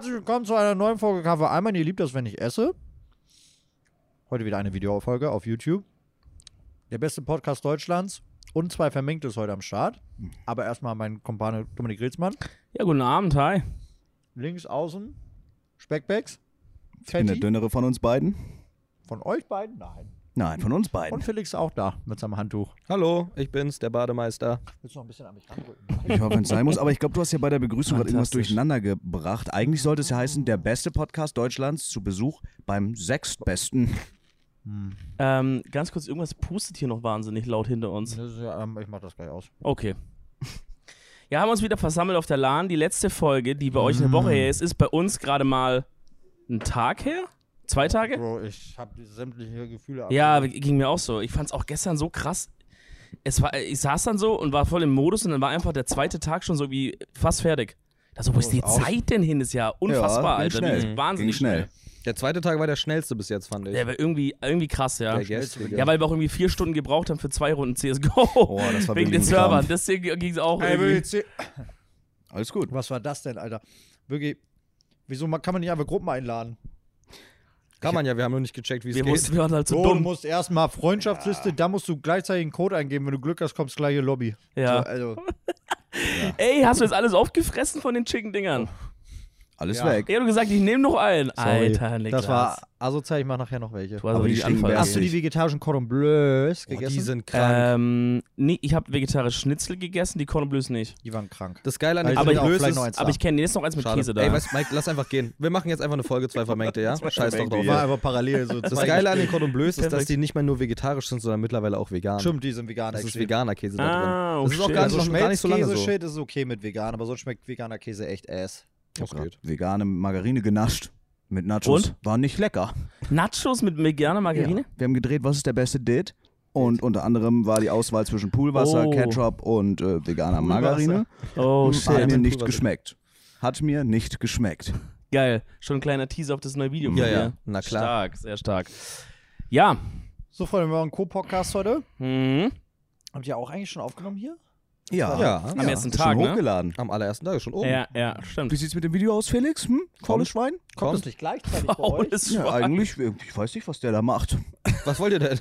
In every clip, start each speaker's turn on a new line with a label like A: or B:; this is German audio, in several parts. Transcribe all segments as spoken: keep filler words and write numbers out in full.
A: herzlich willkommen zu einer neuen Folge Kaffee Eimann. Ihr liebt das, wenn ich esse. Heute wieder eine Videofolge auf YouTube. Der beste Podcast Deutschlands und zwei Vermengte ist heute am Start. Aber erstmal mein Kumpane Dominik Ritzmann.
B: Ja, guten Abend, hi.
A: Links außen Speckbacks.
C: Ich bin der Dünnere von uns beiden.
A: Von euch beiden? Nein.
C: Nein, von uns beiden.
A: Und Felix ist auch da mit seinem Handtuch.
D: Hallo, ich bin's, der Bademeister.
A: Willst du noch ein bisschen an mich ranrücken?
C: Ich hoffe, wenn es sein muss. Aber ich glaube, du hast ja bei der Begrüßung gerade irgendwas
B: Fantastisch.
C: durcheinander gebracht. Eigentlich sollte es ja heißen, der beste Podcast Deutschlands zu Besuch beim sechstbesten.
B: Ähm, ganz kurz, irgendwas pustet hier noch wahnsinnig laut hinter uns.
A: Das ist ja, ähm, ich mach das gleich aus.
B: Okay. Ja, haben uns wieder versammelt auf der LAN. Die letzte Folge, die bei euch eine Woche her ist, ist bei uns gerade mal ein Tag her? Zwei Tage?
A: Bro, ich hab sämtliche Gefühle.
B: Ja, ging mir auch so. Ich fand's auch gestern so krass. Es war, ich saß dann so und war voll im Modus und dann war einfach der zweite Tag schon so wie fast fertig. Da so, wo ist die
A: Aus.
B: Zeit denn hin? Das ist ja unfassbar,
C: ging
B: Alter.
C: schnell.
B: Das ist wahnsinnig
C: Ging schnell.
B: schnell.
D: Der zweite Tag war der schnellste bis jetzt, fand ich.
B: Der war irgendwie, irgendwie krass, ja.
D: Der gestrige.
B: Ja, weil wir auch irgendwie vier Stunden gebraucht haben für zwei Runden C S G O.
C: Oh, das war
B: Wegen den
C: wirklich ein Kram.
B: Servern. Deswegen ging es auch
A: Ey,
B: irgendwie.
A: W C.
C: Alles gut.
A: Was war das denn, Alter? Wirklich, wieso man- kann man nicht einfach Gruppen einladen?
D: Kann man ja, wir haben noch nicht gecheckt, wie es
B: Wir,
D: geht.
B: mussten, wir waren halt so
A: So, du
B: dumm.
A: musst erstmal Freundschaftsliste, da musst du gleichzeitig einen Code eingeben. Wenn du Glück hast, kommst gleich in Lobby.
B: Ja.
A: So, also,
B: Ey, hast du jetzt alles aufgefressen von den Chicken-Dingern?
C: Alles
A: Ja.
C: weg.
B: Ey, du gesagt, ich nehme noch einen.
A: sorry.
B: Alter, Niklas.
A: Das war asozial, ich mach nachher noch welche.
B: Du hast aber
C: Aber die
B: die
C: stinken
B: Anfall.
C: bergig.
A: Hast du die vegetarischen Cordon Bleus
D: Oh,
A: gegessen?
D: die sind krank.
B: Ähm, nee, ich habe vegetarische Schnitzel gegessen, die Cordon Bleus nicht.
A: Die waren krank.
D: Das Geile an
A: Weil
D: den
A: die
B: aber
A: sind
B: ich-
A: auch
D: Blöß
A: vielleicht
D: ist...
A: noch eins
B: Aber ich kenne jetzt noch eins mit
D: Schade.
B: Käse da.
D: Ey, weißt, Mike, lass einfach gehen. Wir machen jetzt einfach eine Folge, zwei Vermengte, ja? Scheiß doch drauf.
A: War einfach parallel so.
D: Das Geile an den Cordon Bleus ist, dass
B: Perfekt.
D: die nicht mehr nur vegetarisch sind, sondern mittlerweile auch vegan.
A: Stimmt, die sind vegan.
D: Das ist
A: actually.
D: veganer Käse da
B: Ah,
D: drin.
B: oh
D: Das ist auch
B: shit.
D: gar,
A: Also
D: nicht, noch gar nicht so lange so.
A: Schmelzkäse-Shit ist okay mit vegan, aber sonst schmeckt veganer Käse echt ass.
C: Ich
D: Das
C: hab
D: geht.
C: vegane Margarine genascht. Mit Nachos.
B: Und?
C: War nicht lecker.
B: Nachos mit veganer Margarine?
C: Ja. Wir haben gedreht, was ist der beste Dit? Und unter anderem war die Auswahl zwischen Poolwasser,
B: Oh.
C: Ketchup und äh, veganer Margarine.
B: Oh,
C: Hat
B: shit.
C: mir
D: mit
C: nicht
D: Poolwasser.
C: geschmeckt. Hat mir nicht geschmeckt.
B: Geil. Schon ein kleiner Teaser auf das neue Video. von
D: Ja,
B: dir.
D: ja. Na klar.
B: Stark, sehr stark. Ja.
A: So, Freunde, wir machen einen Co-Podcast heute.
B: Mhm.
A: Habt ihr auch eigentlich schon aufgenommen hier?
C: Ja.
D: Ja.
B: Am ersten
C: ist
B: Tag,
C: schon
B: ne?
C: hochgeladen.
D: Am allerersten Tag ist schon oben.
B: Ja, ja, stimmt.
C: Wie sieht's mit dem Video aus, Felix? Hm? Faules Schwein?
A: Kommt
D: Kommt.
A: das nicht gleichzeitig bei euch?
B: Faules
C: Ja,
B: Schwein.
C: eigentlich, ich weiß nicht, was der da macht.
D: Was wollt ihr denn?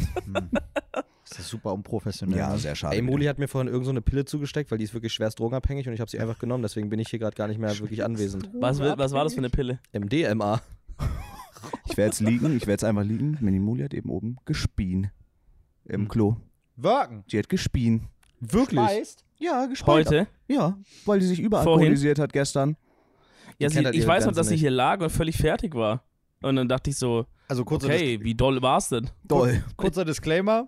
A: Das ist super unprofessionell.
C: Ja,
A: ne?
C: sehr schade.
D: Ey, Moli hat mir vorhin irgend so eine Pille zugesteckt, weil die ist wirklich schwerst drogenabhängig und ich habe sie einfach genommen, deswegen bin ich hier gerade gar nicht mehr wirklich anwesend.
B: Was, was war das für eine Pille?
D: M D M A.
C: Ich werde jetzt liegen, ich werde jetzt einfach liegen. Minimoli hat eben oben gespien. Im Klo.
A: Wirken.
C: Die hat gespien.
D: Wirklich?
A: Speist?
C: Ja, gespien.
B: Heute?
C: Ja, weil die sich überalkoholisiert hat gestern.
B: Ja,
D: Die
B: sie,
D: kennt halt
B: ich
D: ihre
B: weiß noch,
D: Grenzen
B: dass sie
D: nicht.
B: hier lag und völlig fertig war. Und dann dachte ich so,
A: Also kurzer,
B: okay, wie doll war's denn?
C: Doll.
A: Dis kurzer Disclaimer.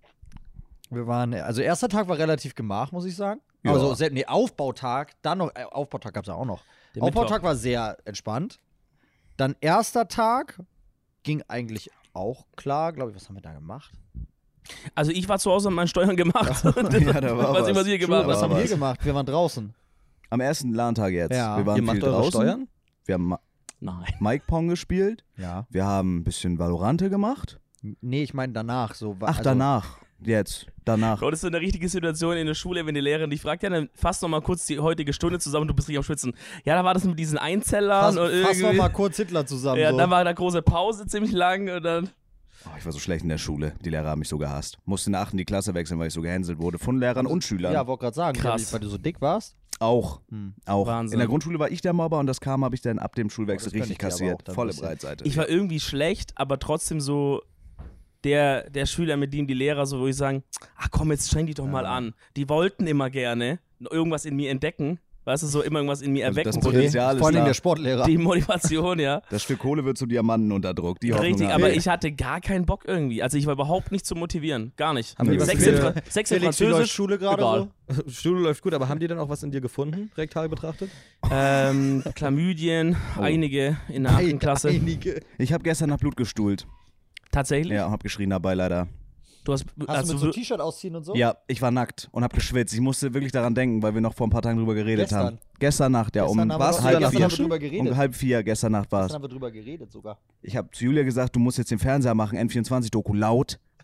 A: Wir waren, also erster Tag war relativ gemach, muss ich sagen.
C: Ja.
A: Also, se- nee, Aufbautag, dann noch, äh, Aufbautag gab es ja auch noch.
B: Der
A: Aufbautag war sehr entspannt. Dann erster Tag ging eigentlich auch klar, glaube ich. Was haben wir da gemacht?
B: Also ich war zu Hause und mein Steuern gemacht.
C: Ja, da war
B: was,
C: was.
B: ich was ihr gemacht
C: Schule,
A: Was
C: was
A: haben
C: war
A: wir
C: was?
A: gemacht? Wir waren draußen.
C: Am ersten LAN-Tag jetzt.
A: Ja.
C: Wir waren
D: Ihr macht
C: viel
D: eure
C: draußen.
D: Steuern?
C: Wir haben Ma-
B: Nein.
C: Mike Pong gespielt.
A: Ja.
C: Wir haben ein bisschen Valorante gemacht.
A: Nee, ich meine danach. So, wa-
C: Ach,
A: also,
C: danach. Jetzt. Danach.
B: Bro, das ist so eine richtige Situation in der Schule, wenn die Lehrerin dich fragt, ja, dann fass noch mal kurz die heutige Stunde zusammen, du bist richtig am Schwitzen. Ja, da war das mit diesen Einzellern
A: Fass,
B: und
A: fass noch
B: irgendwie.
A: mal kurz Hitler zusammen.
B: Ja,
A: so.
B: dann war da große Pause ziemlich lang und dann.
C: Oh, ich war so schlecht in der Schule. Die Lehrer haben mich so gehasst. Musste in der achten die Klasse wechseln, weil ich so gehänselt wurde. Von Lehrern und Schülern.
A: Ja, wollte gerade sagen,
B: Krass.
A: weil du so dick warst.
C: Auch.
A: Hm.
C: Auch.
B: Wahnsinn.
C: In der Grundschule war ich der Mobber und das kam, habe ich dann ab dem Schulwechsel
A: Oh, das
C: richtig
A: kann ich dir aber auch
C: kassiert.
A: dann
C: Volle
A: bisschen.
C: Breitseite.
B: Ich war irgendwie schlecht, aber trotzdem so der, der Schüler, mit dem die Lehrer so, wo ich sagen, ach komm, jetzt streng dich doch mal an. Die wollten immer gerne irgendwas in mir entdecken. Weißt du, so immer irgendwas in mir
C: Also
B: erwecken.
C: das
B: wo die,
C: Potenzial ist
A: Vor allem
C: da.
A: der Sportlehrer.
B: die Motivation, ja.
C: Das Stück Kohle wird zu Diamanten unter Druck. Die Hoffnung
B: Richtig,
C: haben
B: aber
C: wir.
B: ich hatte gar keinen Bock irgendwie. Also ich war überhaupt nicht zu motivieren. Gar nicht.
D: Haben die was
B: Sechs
D: für-
B: in, Fra Sechs in
A: Felix, wie läuft
B: Französisch.
A: Schule gerade
B: egal.
A: so?
D: Schule läuft gut, aber haben die denn auch was in dir gefunden, rektal betrachtet?
B: Ähm, Chlamydien,
C: Oh.
B: einige in der achten Klasse.
A: Einige.
C: Ich habe gestern nach Blut gestuhlt.
B: Tatsächlich?
C: Ja, und habe geschrien dabei leider.
B: Du hast,
A: Hast
B: also
A: du mit so
B: wir-
A: T-Shirt ausziehen und so?
C: Ja, ich war nackt und habe geschwitzt. Ich musste wirklich daran denken, weil wir noch vor ein paar Tagen drüber geredet
A: Gestern?
C: haben. Gestern Nacht, ja,
A: Gestern
C: um
A: haben wir
D: warst
A: doch-
D: du
C: halb
D: danach
A: gestern haben
C: vier.
A: wir drüber geredet.
C: Um halb vier gestern Nacht war es.
A: Gestern haben wir drüber geredet sogar.
C: Ich habe zu Julia gesagt, du musst jetzt den Fernseher machen, N vierundzwanzig-Doku laut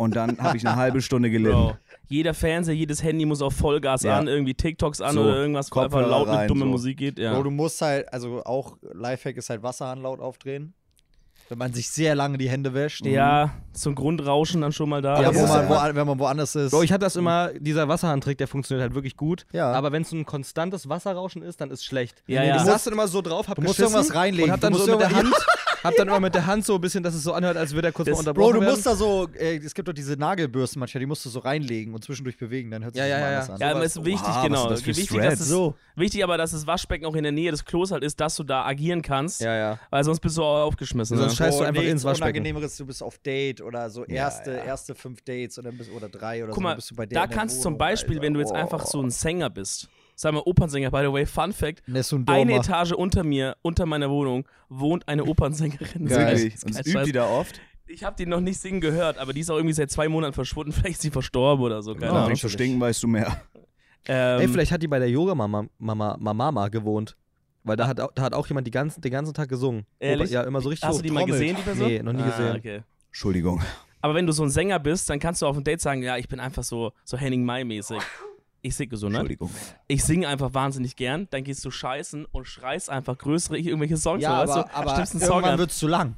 C: Und dann habe ich eine halbe Stunde gelitten.
B: Bro. Jeder Fernseher, jedes Handy muss auf Vollgas
C: Ja.
B: an, irgendwie TikToks an
C: So,
B: oder irgendwas, wo einfach
C: Kopfhörer
B: laut eine
C: rein,
B: dumme
C: so.
B: Musik geht. Ja.
A: Bro, du musst halt, also auch Lifehack ist halt Wasserhahn laut aufdrehen. Wenn man sich sehr lange die Hände wäscht.
B: Ja, so ein Grundrauschen dann schon mal da.
A: Ja,
C: Aber
A: wo
C: ist
A: man,
C: ja-
A: wo, wenn man woanders ist.
D: Bro, ich hatte das immer, dieser Wasserhahn-Trick, der funktioniert halt wirklich gut.
A: Ja.
D: Aber wenn es so ein konstantes Wasserrauschen ist, dann ist schlecht.
B: Ja,
D: Nee,
B: ja.
D: Ich
B: Du
D: saß
A: musst-
D: dann immer so drauf, hab
A: du musst
D: geschissen
A: irgendwas reinlegen.
D: und hab dann
A: Du
D: so
A: musst
D: mit der Hand,
A: irgendwas-
D: hab dann immer mit der Hand so ein bisschen, dass es so anhört, als würde der kurz
B: Das-
D: mal unterbrochen
A: Bro, du
D: werden.
A: musst da so, äh, es gibt doch diese Nagelbürsten manchmal, die musst du so reinlegen und zwischendurch bewegen, dann hört sich
D: Ja,
A: das
D: ja,
A: mal
D: ja,
A: anders
D: ja.
A: an.
B: Ja, aber
D: sowas.
B: es ist wichtig,
C: Oha, was
B: genau.
C: sind das für
B: wichtig,
C: Threads?
B: dass es,
A: So.
B: wichtig aber, dass das Waschbecken auch in der Nähe des Klos halt ist, dass du da agieren kannst,
D: Ja, ja.
B: weil sonst bist du auch aufgeschmissen.
D: Sonst
B: ne?
D: scheißt du
A: Oh,
D: einfach
A: nichts
D: ins Waschbecken.
A: Unangenehmeres, du bist auf Date oder so erste,
D: ja.
A: erste fünf Dates oder, bist, oder drei oder
B: Guck
A: so,
B: mal,
A: dann bist du bei der
B: da
A: in der
B: kannst du zum
A: Wohnung,
B: Beispiel,
A: Alter.
B: wenn du jetzt
A: Oh.
B: einfach so ein Sänger bist, sag mal Opernsänger, by the way, Fun Fact,
A: Nessun
B: eine
A: Dorma.
B: Etage unter mir, unter meiner Wohnung, wohnt eine Opernsängerin.
A: Geil.
C: Wirklich.
B: Das ist
C: Und
B: kein
C: übt
B: Scheiß.
C: die da oft?
B: Ich habe die noch nicht singen gehört, aber die ist auch irgendwie seit zwei Monaten verschwunden. Vielleicht ist sie verstorben oder so, keine
A: Ja,
C: Wenn
B: Ahnung.
C: ich so stinken, weißt du mehr.
B: Ähm,
D: Ey, vielleicht hat die bei der Yoga-Mama Mama, Mama gewohnt. Weil da hat, au- da hat auch jemand die ganzen, den ganzen Tag gesungen.
B: Ehrlich?
D: Opa- Ja, immer so richtig
B: Hast
D: so
B: du die mal
A: trommelt.
B: gesehen, die Person?
D: Nee, noch nie
B: ah,
D: gesehen.
B: Okay.
C: Entschuldigung.
B: Aber wenn du so ein Sänger bist, dann kannst du auf dem Date sagen, ja, ich bin einfach so, so Henning Mai-mäßig. Ich singe so, ne?
C: Entschuldigung.
B: Ich singe einfach wahnsinnig gern, dann gehst du scheißen und schreist einfach größere irgendwelche Songs,
A: Ja,
B: so, weißt
A: aber,
B: du?
A: aber
B: Stimmst einen Song
A: irgendwann
B: an.
A: wird es zu lang.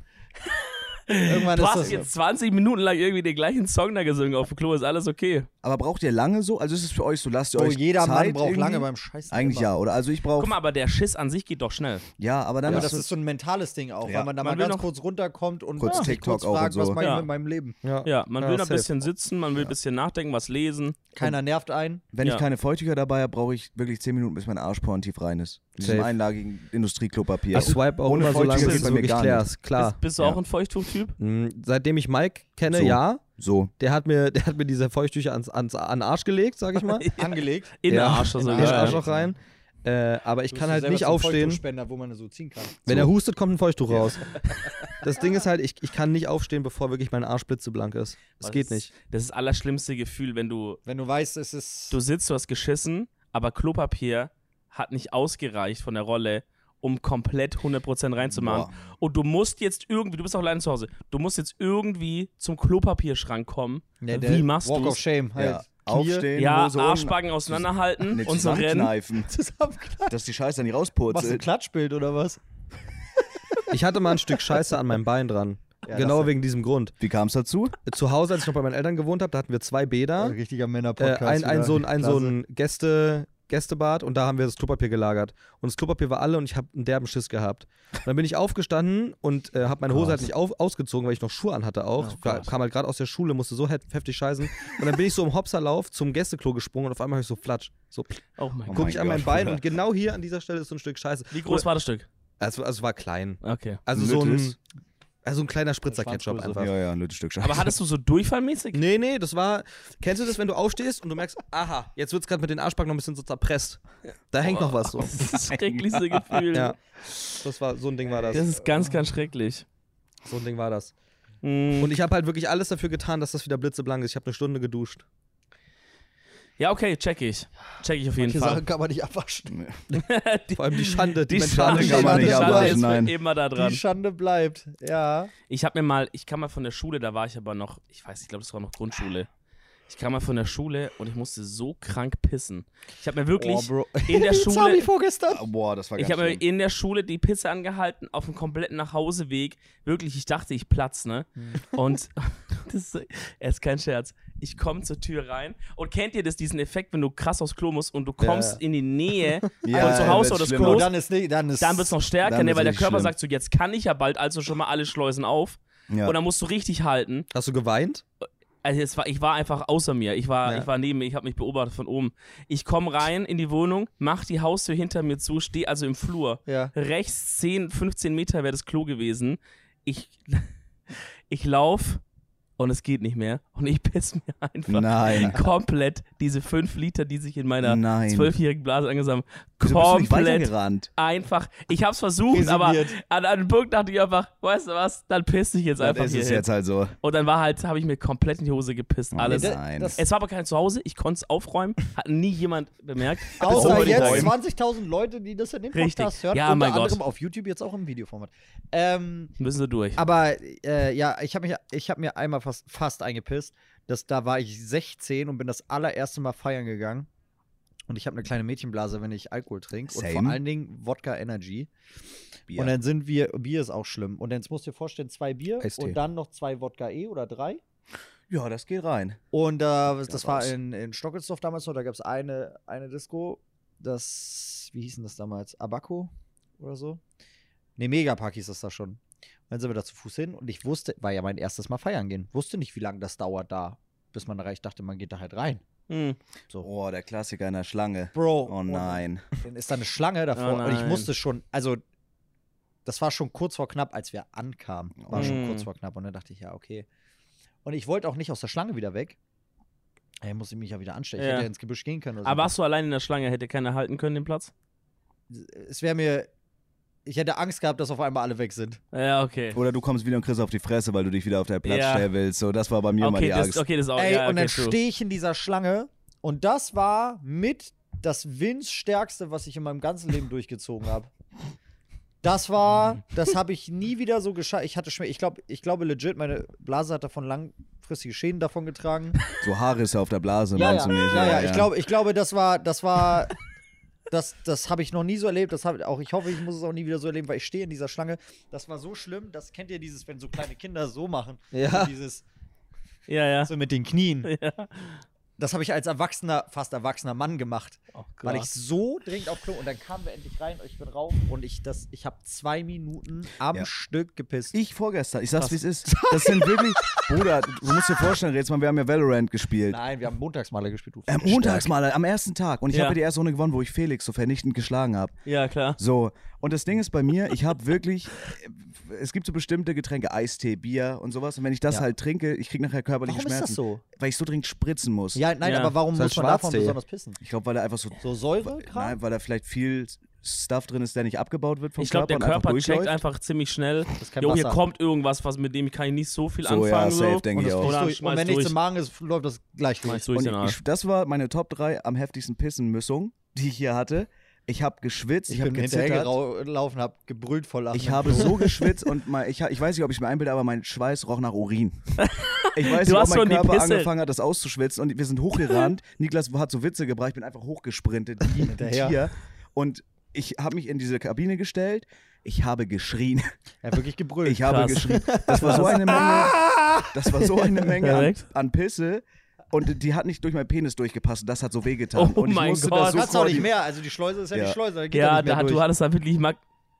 A: Irgendwann
B: Du
A: ist
B: hast
A: das
B: jetzt zwanzig Minuten lang irgendwie den gleichen Song da gesungen auf dem Klo, ist alles okay.
C: Aber braucht ihr lange so? Also ist es für euch so, lasst ihr
A: Oh,
C: euch
A: jeder
C: Zeit
A: Mann braucht
C: irgendwie?
A: lange beim Scheißen.
C: Eigentlich
A: immer.
C: ja, oder? Also ich brauche,
B: Guck mal, aber der Schiss an sich geht doch schnell.
C: ja, aber dann
A: Ja,
C: hast
A: das
C: du-
A: ist so ein mentales Ding auch,
C: Ja.
A: weil man da
B: Man
A: mal
B: will
A: ganz
B: noch-
A: kurz runterkommt und
C: Kurz
A: sich
C: TikTok
A: kurz
C: auch und
A: fragt,
C: so.
A: was mache ich
B: Ja.
A: mit meinem Leben?
B: Ja, man
D: Ja,
B: will noch ein
D: safe.
B: bisschen sitzen, man will ein bisschen nachdenken, was lesen.
A: Keiner nervt einen.
C: wenn
B: Ja.
C: ich keine Feuchttücher dabei habe, brauche ich wirklich zehn Minuten, bis mein Arschporn tief rein ist. Mit diesem
D: Safe.
C: einlagigen Industrieklopapier.
D: Ich swipe auch
C: Ohne
D: immer so lange,
C: Feuchttücher
D: bis
C: geht
D: es
C: bei mir
D: wirklich
C: gar
D: klar
C: nicht.
D: ist. Klar.
B: Bist, bist du
C: Ja.
B: auch ein Feuchttuch-Typ?
D: Mm, Seitdem ich Mike kenne,
C: So.
D: ja.
C: So.
D: Der hat mir, der hat mir diese Feuchttücher ans, ans, an den Arsch gelegt, sag ich mal.
A: Angelegt.
B: In
D: Ja,
B: den Arsch.
A: in
B: Also,
A: den
D: In den
B: ja,
D: Arsch
B: ja.
D: auch rein. Äh, aber ich
A: Du
D: kann
A: bist
D: halt
A: selber
D: nicht
A: so ein
D: aufstehen.
A: Feuchttuchspender, wo man so ziehen kann.
D: Wenn
C: So.
D: er hustet, kommt ein Feuchttuch raus. Das Ding ist halt, ich, ich kann nicht aufstehen, bevor wirklich mein Arsch blitzeblank ist. Das
B: Das
D: geht
B: ist-
D: nicht.
B: Das ist das allerschlimmste Gefühl, wenn du,
A: Wenn du weißt, es ist.
B: du sitzt, du hast geschissen, aber Klopapier hat nicht ausgereicht von der Rolle, um komplett hundert Prozent reinzumachen.
C: Boah.
B: Und du musst jetzt irgendwie, du bist auch alleine zu Hause, du musst jetzt irgendwie zum Klopapierschrank kommen.
A: Ja,
B: Wie machst
A: Walk
B: du
A: of Shame. Halt.
C: Ja.
A: Knie
C: Aufstehen,
B: Ja,
C: Hose unten,
B: Arschbacken auseinanderhalten
C: nicht
B: und so rennen.
C: zusammenkneifen,
A: zusammenklatschen.
C: dass die Scheiße dann nicht
A: Machst du ein
C: rauspurzelt.
A: Klatschbild oder was?
D: Ich hatte mal ein Stück Scheiße an meinem Bein dran.
A: Ja,
D: genau
A: das-
D: wegen diesem Grund.
C: Wie kam es dazu?
D: Zu Hause, als ich noch bei meinen Eltern gewohnt habe, da hatten wir zwei Bäder.
A: Ein richtiger
D: Äh,
A: Männer-Podcast.
D: ein, ein,
A: wieder.
D: so ein, ein, so
A: Klasse.
D: ein Gäste, Gästebad und da haben wir das Klopapier gelagert. Und das Klopapier war alle und ich habe einen derben Schiss gehabt. Und dann bin ich aufgestanden und äh, habe meine Hose
A: Gott.
D: halt nicht auf, ausgezogen, weil ich noch Schuhe anhatte auch.
A: Oh
D: Ich war,
A: Gott.
D: kam halt gerade aus der Schule, musste so hef- heftig scheißen. Und dann bin ich so im Hopserlauf zum Gästeklo gesprungen und auf einmal habe ich so flatsch. So
B: Oh mein
C: Oh
B: Gott.
D: gucke ich
C: mein
D: an mein
C: Gott,
D: Bein
C: Bruder.
D: und genau hier an dieser Stelle ist so ein Stück Scheiße.
B: Wie groß war das Stück?
D: Also, also es war klein.
B: Okay.
D: Also so ein,
C: Lüttes?
D: also ein kleiner Spritzer-Ketchup
A: Schwanzgröße.
D: einfach.
C: Ja, ja, ein lüttes Stück Scheiße.
B: Aber hattest du so durchfallmäßig?
D: Nee, nee, das war. Kennst du das, wenn du aufstehst und du merkst, aha, jetzt wird es gerade mit den Arschbacken noch ein bisschen so zerpresst. Da hängt noch was so.
B: Das ist das schrecklichste Gefühl.
D: Ja. Das war, so ein Ding war das.
B: Das ist ganz, ganz schrecklich.
D: So ein Ding war das.
B: Mm.
D: Und ich habe halt wirklich alles dafür getan, dass das wieder blitzeblank ist. Ich habe eine Stunde geduscht.
B: Ja, okay, check ich. Check ich auf jeden
A: Manche
B: Fall.
A: Sachen kann man nicht abwaschen.
B: die,
D: Vor allem die Schande, die,
B: die
D: mentale
B: Schande,
C: kann man
B: die
C: nicht
B: Schande
C: abwaschen,
B: ist
C: nein.
B: immer da dran.
A: Die Schande bleibt. Ja.
B: Ich habe mir mal, ich kam mal von der Schule, da war ich aber noch, ich weiß, ich glaube, das war noch Grundschule. Ich kam mal von der Schule und ich musste so krank pissen. Ich habe mir wirklich
A: Oh, Bro.
B: in der
A: Das hab
B: Schule,
A: ich vorgestern.
C: Ah, Boah, das war ganz
B: ich habe mir
C: schlimm.
B: in der Schule die Pisse angehalten auf dem kompletten Nachhauseweg. Wirklich, ich dachte, ich platz, ne? Und das ist, er ist kein Scherz. Ich komme zur Tür rein und kennt ihr das, diesen Effekt, wenn du krass aufs Klo musst und du kommst
D: Ja.
B: in die Nähe
C: Ja,
B: von zu
C: ja,
B: Hause
C: wird's
B: oder des
C: schlimmer.
B: Klos,
A: dann ist nicht, dann ist.
B: dann wird es noch stärker,
C: Dann
B: ne?
C: wird's
B: Weil der
C: richtig
B: Körper
C: schlimm.
B: sagt so, jetzt kann ich ja bald, also schon mal alle Schleusen auf.
C: Ja.
B: Und dann musst du richtig halten.
D: Hast du geweint?
B: Also es war, ich war einfach außer mir. Ich war,
D: Ja.
B: ich war neben mir, ich habe mich beobachtet von oben. Ich komme rein in die Wohnung, mach die Haustür hinter mir zu, stehe also im Flur.
A: Ja.
B: Rechts zehn, fünfzehn Meter wäre das Klo gewesen. Ich, ich laufe und es geht nicht mehr. Und ich piss mir einfach
C: Nein.
B: komplett diese fünf Liter, die sich in meiner
C: Nein.
B: zwölfjährigen Blase angesammelt haben,
C: Wieso bist du nicht
B: komplett
C: weitergerannt?
B: einfach. Ich hab's versucht, aber
A: Resigniert.
B: an einem Punkt dachte ich einfach, weißt du was, dann piss ich jetzt
C: Dann
B: einfach
C: ist
B: hier
C: es
B: hin.
C: jetzt halt so.
B: Und dann war halt, habe ich mir komplett in die Hose gepisst,
C: Oh,
B: alles.
C: nee,
A: Da-
C: Nein.
A: das-
B: Es war aber kein Zuhause, ich konnte es aufräumen, hat nie jemand bemerkt.
A: Außer
B: Bis heute
A: jetzt
B: nicht.
A: zwanzigtausend Leute, die das in dem
B: Richtig.
A: Podcast hören.
B: Ja,
A: unter
B: mein Gott.
A: anderem auf YouTube, jetzt auch im Videoformat. Ähm,
B: Müssen sie durch.
A: aber äh, ja, ich habe mich, ich habe mir einmal fast, fast eingepisst. Das, da war ich sechzehn und bin das allererste Mal feiern gegangen. Und ich habe eine kleine Mädchenblase, wenn ich Alkohol trinke. Und vor allen Dingen Wodka Energy.
C: Bier.
A: Und dann sind wir, Bier ist auch schlimm. Und dann musst du dir vorstellen, zwei Bier
D: Eistee.
A: und dann noch zwei Wodka E oder drei.
C: Ja, das geht rein.
A: Und äh, das war
C: raus.
A: in, in Stockelsdorf damals noch, da gab es eine, eine Disco, das, wie hieß denn das damals? Abaco oder so? Ne, Megapark hieß das da schon. Und dann sind wir da zu Fuß hin und ich wusste, war ja mein erstes Mal feiern gehen, wusste nicht, wie lange das dauert da, bis man da rein, ich dachte, man geht da halt rein.
B: Hm.
C: Oh, der Klassiker in der Schlange.
A: Bro.
C: Oh nein.
A: Dann ist da eine Schlange davor
B: Oh
A: und ich
B: nein.
A: musste schon, also das war schon kurz vor knapp, als wir ankamen. War schon
B: Mm.
A: kurz vor knapp und dann dachte ich, ja, okay. Und ich wollte auch nicht aus der Schlange wieder weg. Er musste mich ja wieder anstellen. Ich
B: Ja.
A: hätte ja ins Gebüsch gehen können. Oder
B: Aber
A: so.
B: warst du allein in der Schlange? Hätte keiner halten können, den Platz?
A: Es wäre mir, ich hätte Angst gehabt, dass auf einmal alle weg sind.
B: Ja, okay.
C: Oder du kommst wieder und kriegst auf die Fresse, weil du dich wieder auf deinen Platz
B: Ja.
C: stellen willst. So, das war bei mir immer
B: Okay
C: die
B: das,
C: Angst.
B: okay, das ist auch.
A: Ey,
B: ja,
A: und dann
B: okay, true.
A: stehe ich in dieser Schlange und das war mit das windstärkste, was ich in meinem ganzen Leben durchgezogen habe. Das war, das habe ich nie wieder so geschafft. Ich hatte Schmerzen. Ich glaube, ich glaube legit, meine Blase hat davon langfristige Schäden davon getragen.
C: So Haarrisse auf der Blase,
A: Ja,
C: meinst
A: ja,
C: du nicht?
A: ja, ja, ich glaube, ich glaube, das war, das war, das, das habe ich noch nie so erlebt. Das hab, auch, ich hoffe, ich muss es auch nie wieder so erleben, weil ich stehe in dieser Schlange. Das war so schlimm. Das kennt ihr dieses, wenn so kleine Kinder so machen.
D: Ja.
A: So dieses,
B: Ja, ja.
A: so mit den Knien.
B: Ja.
A: Das habe ich als erwachsener, fast erwachsener Mann gemacht.
B: Oh
A: Weil
B: Gott.
A: ich so dringend auf Klo und dann kamen wir endlich rein, ich bin rauf und ich das, ich habe zwei Minuten am
C: Ja.
A: Stück gepisst.
C: Ich vorgestern, ich sag's
B: Krass.
C: wie es ist. Das sind wirklich, Bruder, du musst dir vorstellen, jetzt mal, wir haben ja Valorant gespielt.
A: Nein, wir haben Montagsmaler gespielt. Du
C: Am
A: Stark.
C: Montagsmaler, am ersten Tag. Und ich
B: Ja.
C: habe die erste Runde gewonnen, wo ich Felix so vernichtend geschlagen habe.
B: Ja, klar.
C: So, und das Ding ist bei mir, ich habe wirklich, es gibt so bestimmte Getränke, Eistee, Bier und sowas. Und wenn ich das
A: Ja.
C: halt trinke, ich kriege nachher körperliche
A: Warum ist
C: Schmerzen.
A: das so?
C: Weil ich so dringend spritzen muss.
A: Ja, nein,
B: Ja.
A: aber warum
D: Ist halt
A: muss man davon
D: Schwarztee.
A: besonders pissen?
C: Ich glaube, weil da einfach so,
A: So Säure?
C: nein, weil da vielleicht viel Stuff drin ist, der nicht abgebaut wird vom
B: Ich glaube, der
C: Körper und
B: Körper
C: einfach
B: checkt
C: durchläuft.
B: einfach ziemlich schnell.
A: Das ist kein
B: Jo, hier
A: Wasser.
B: kommt irgendwas, was mit dem kann ich nicht so viel
C: So, ja,
B: anfangen.
C: safe,
B: so.
C: denke
A: Und,
C: ich
A: das
C: auch.
A: fließt
B: Oder
A: durch. Und
B: schmeiß
A: wenn nichts
B: durch.
A: im Magen ist, läuft das gleich durch.
B: Schmeiß durch
C: Und
B: den Arsch.
C: ich, das war meine Top drei am heftigsten Pissenmüssung, die ich hier hatte. Ich habe geschwitzt, ich,
A: Ich
C: habe
A: bin
C: gezittert.
A: hinterhergelaufen, hab gebrüllt vor Lachen.
C: Ich habe so geschwitzt und mein, ich, ich weiß nicht, ob ich mir einbilde, aber mein Schweiß roch nach Urin. Ich weiß
B: Du
C: nicht, ob
B: hast
C: mein
B: schon die
C: Körper
B: Pisse-
C: angefangen hat, das auszuschwitzen und wir sind hochgerannt. Niklas hat so Witze gebracht, ich bin einfach hochgesprintet, wie ein
A: Hinterher.
C: Tier. Und ich habe mich in diese Kabine gestellt. Ich habe geschrien.
A: Er hat wirklich gebrüllt.
C: Ich habe
B: Krass.
C: geschrien. Das war so eine Menge, das war so eine Menge an,
B: Perfekt.
C: an Pisse. Und die hat nicht durch meinen Penis durchgepasst. Das hat so wehgetan.
B: Oh
C: und ich
B: mein
C: musste
B: Gott.
C: das
A: Du
C: so
A: kannst auch nicht
C: koordinieren.
A: mehr. Also die Schleuse ist ja,
C: Ja.
A: die Schleuse. Da geht
B: Ja,
A: ja nicht mehr
B: da, hat-
A: durch.
B: du hattest da wirklich Max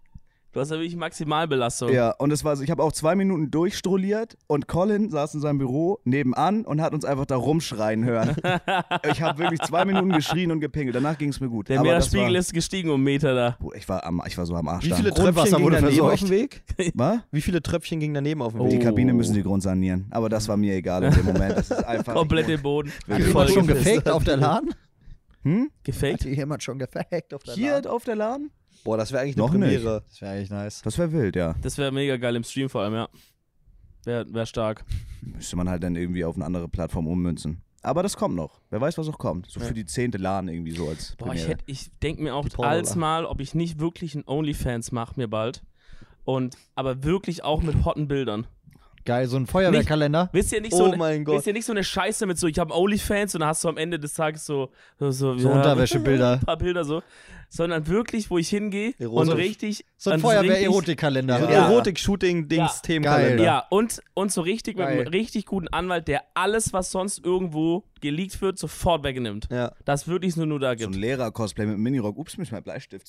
B: Du hast ja wirklich Maximalbelastung.
C: Ja, und es war so, ich habe auch zwei Minuten durchstrolliert und Colin saß in seinem Büro nebenan und hat uns einfach da rumschreien hören. Ich habe wirklich zwei Minuten geschrien und gepingelt. Danach ging es mir gut.
B: Der
C: Aber das
B: Meeresspiegel
C: war,
B: ist gestiegen um einen Meter da.
C: Boah, ich war, am, ich war so am Arsch.
D: Wie
C: da.
D: viele
A: Grundwasser
D: Tröpfchen gingen
A: wurde
D: daneben
A: verseucht.
D: auf dem Weg?
C: Was?
D: Wie viele Tröpfchen gingen daneben auf dem
B: Oh.
C: Die
D: Weg?
C: Kabine müssen sie grundsanieren. Aber das war mir egal in dem Moment. Das ist einfach.
B: Komplett den Boden.
A: Hat
C: Voll
A: jemand schon
B: gepisst.
A: gefaked auf der LAN?
C: Hm?
B: Gefaked?
A: Hat jemand schon gefaked auf der
C: Hier
A: LAN?
C: auf der LAN?
D: Boah, das wäre eigentlich
C: Noch
D: eine
C: nicht.
D: Premiere.
A: Das wäre eigentlich nice.
C: Das wäre wild, ja.
B: Das wäre mega geil im Stream vor allem, ja. Wäre wär stark.
C: Müsste man halt dann irgendwie auf eine andere Plattform ummünzen. Aber das kommt noch. Wer weiß, was noch kommt. So
B: Ja.
C: für die zehnte LAN irgendwie so als
B: Boah, ich,
C: Premiere.
B: hätt- ich denke mir auch
D: Die Pornola.
B: als mal, ob ich nicht wirklich ein OnlyFans mache mir bald. Und aber wirklich auch mit hotten Bildern.
A: Geil, so ein Feuerwehrkalender.
B: Wisst ihr nicht so,
D: Oh
B: ne,
D: mein Gott.
B: wisst ihr nicht so eine Scheiße mit so, ich habe OnlyFans und dann hast du am Ende des Tages so so, so,
A: So
B: ja,
A: Unterwäschebilder.
B: ein paar Bilder so, sondern wirklich, wo ich hingehe und
D: Erotisch.
B: richtig
A: So ein
B: und richtig-
A: Feuerwehr-Erotikkalender.
D: So ein
B: Ja.
D: Erotik-Shooting-Dings-Themenkalender.
B: Ja, und, und so richtig mit
A: Geil.
B: einem richtig guten Anwalt, der alles, was sonst irgendwo geleakt wird, sofort wegnimmt.
D: Ja.
B: Das wirklich nur, nur da
C: So ein
B: gibt.
C: Lehrer-Cosplay mit einem Minirock. Ups, mir ist mein Bleistift.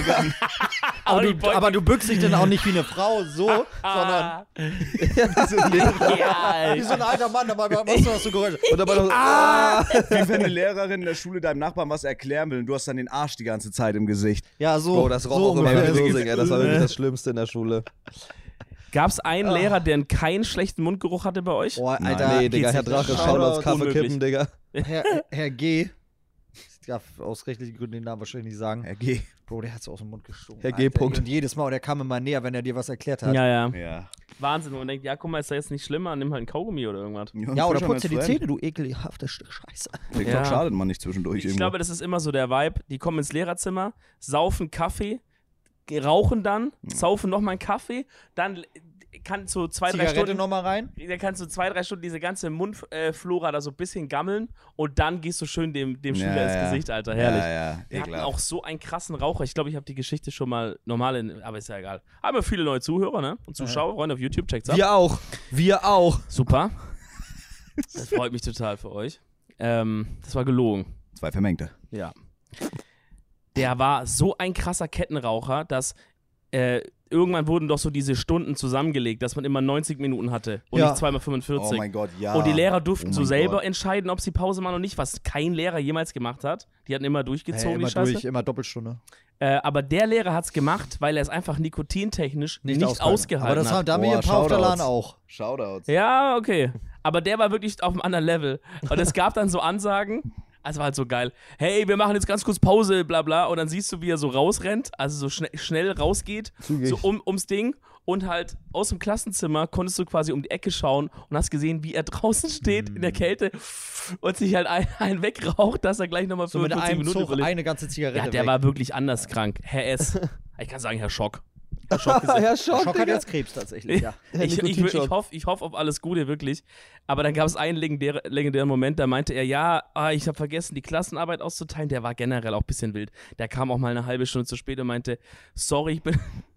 A: Aber
B: die
A: du,
B: Beute-
A: aber du bückst dich dann auch nicht wie eine Frau so, sondern
B: Ah,
C: so ein Lehrer.
B: ja,
A: wie so ein alter Mann. Dabei machst du was so Geräusche.
D: Und dabei noch so, ah!
C: Wie wenn eine Lehrerin in der Schule deinem Nachbarn was erklären will und du hast dann den Arsch die ganze Zeit im Gesicht.
A: Ja, so.
D: Bro, das roch
A: so
D: auch immer
A: ungefähr.
D: wie Dosing, ey. Das war wirklich das Schlimmste in der Schule.
B: Gab es einen Lehrer, der keinen schlechten Mundgeruch hatte bei euch?
A: Boah,
C: Nein.
A: Alter.
D: nee, Digga,
B: geht's
D: Herr
B: nicht.
D: Drache,
A: Shoutout,
D: Shoutouts, Kaffee
B: unmöglich.
D: kippen, Digga.
A: Herr, Herr G. Ich darf aus rechtlichen Gründen den Namen wahrscheinlich nicht sagen.
C: Herr G.
A: Bro, der hat so aus dem Mund gestunken.
D: Herr G.
A: Alter.
D: Punkt.
A: Und jedes Mal, und er kam immer näher, wenn er dir was erklärt hat.
B: Ja, ja.
C: Ja.
B: Wahnsinn. Und man denkt, ja, guck mal, ist das jetzt nicht schlimmer? Nimm halt ein Kaugummi oder irgendwas.
A: Ja, oder putz dir die Zähne, du ekelhaftes Stück Scheiße.
C: TikTok
B: Ja.
C: schadet man nicht zwischendurch
B: Ich
C: irgendwo.
B: glaube, das ist immer so der Vibe. Die kommen ins Lehrerzimmer, saufen Kaffee, rauchen dann, saufen nochmal einen Kaffee, dann kann so zwei, drei
A: Zigarette
B: Stunden.
A: nochmal rein.
B: Der kannst du zwei, drei Stunden diese ganze Mundflora da so ein bisschen gammeln und dann gehst du schön dem, dem Schüler
C: Ja,
B: ins
C: ja.
B: Gesicht, Alter. Herrlich.
C: Ja, ja,
B: Wir hatten
C: ekelhaft.
B: auch so einen krassen Raucher. Ich glaube, ich habe die Geschichte schon mal normal in, aber ist ja egal. Haben wir viele neue Zuhörer, ne? Und Zuschauer, Freunde auf YouTube, checkt's ab.
D: Wir auch. Wir auch.
B: Super. Das freut mich total für euch. Ähm, das war gelogen.
C: Zwei Vermengte.
B: Ja. Der war so ein krasser Kettenraucher, dass äh, irgendwann wurden doch so diese Stunden zusammengelegt, dass man immer neunzig Minuten hatte und
A: Ja.
B: nicht zweimal
C: Oh
B: fünfundvierzig.
C: mein Gott, ja.
B: Und die Lehrer durften
C: Oh
B: so
C: mein
B: selber
C: Gott.
B: entscheiden, ob sie Pause machen oder nicht, was kein Lehrer jemals gemacht hat. Die hatten immer durchgezogen,
A: Hey, immer
B: die Scheiße.
A: durch, immer Doppelstunde.
B: Äh, aber der Lehrer hat es gemacht, weil er es einfach nikotintechnisch nicht,
A: ausgehalten.
B: ausgehalten
A: Aber das
B: hat.
A: haben da haben wir
C: Boah,
A: ein paar auf der
C: Shoutouts.
A: LAN auch.
C: Shoutouts.
B: Ja, okay. Aber der war wirklich auf einem anderen Level. Und es gab dann so Ansagen, also war halt so geil. Hey, wir machen jetzt ganz kurz Pause, bla bla. Und dann siehst du, wie er so rausrennt, also so schne schnell rausgeht,
A: Zügig.
B: so um, ums Ding. Und halt aus dem Klassenzimmer konntest du quasi um die Ecke schauen und hast gesehen, wie er draußen steht in der Kälte und sich halt einen, einen wegraucht, dass er gleich nochmal
A: So mit
B: fünfundvierzig
A: einem
B: Minuten
A: Zug
B: überlebt.
A: eine ganze Zigarette
B: Ja, der
A: weg.
B: war wirklich anders krank. Herr S. Ich kann sagen, Herr Schock. Herr Schock ist
D: ja, Schock,
A: Schock hat
D: Digga.
A: jetzt Krebs tatsächlich, ja.
B: ich, ich, ich,
D: Nikotinschock.
B: ich hoffe ich hoff auf alles Gute, wirklich. Aber dann gab es einen legendäre, legendären Moment, da meinte er, ja, ah, ich habe vergessen, die Klassenarbeit auszuteilen. Der war generell auch ein bisschen wild. Der kam auch mal eine halbe Stunde zu spät und meinte, sorry, ich bin...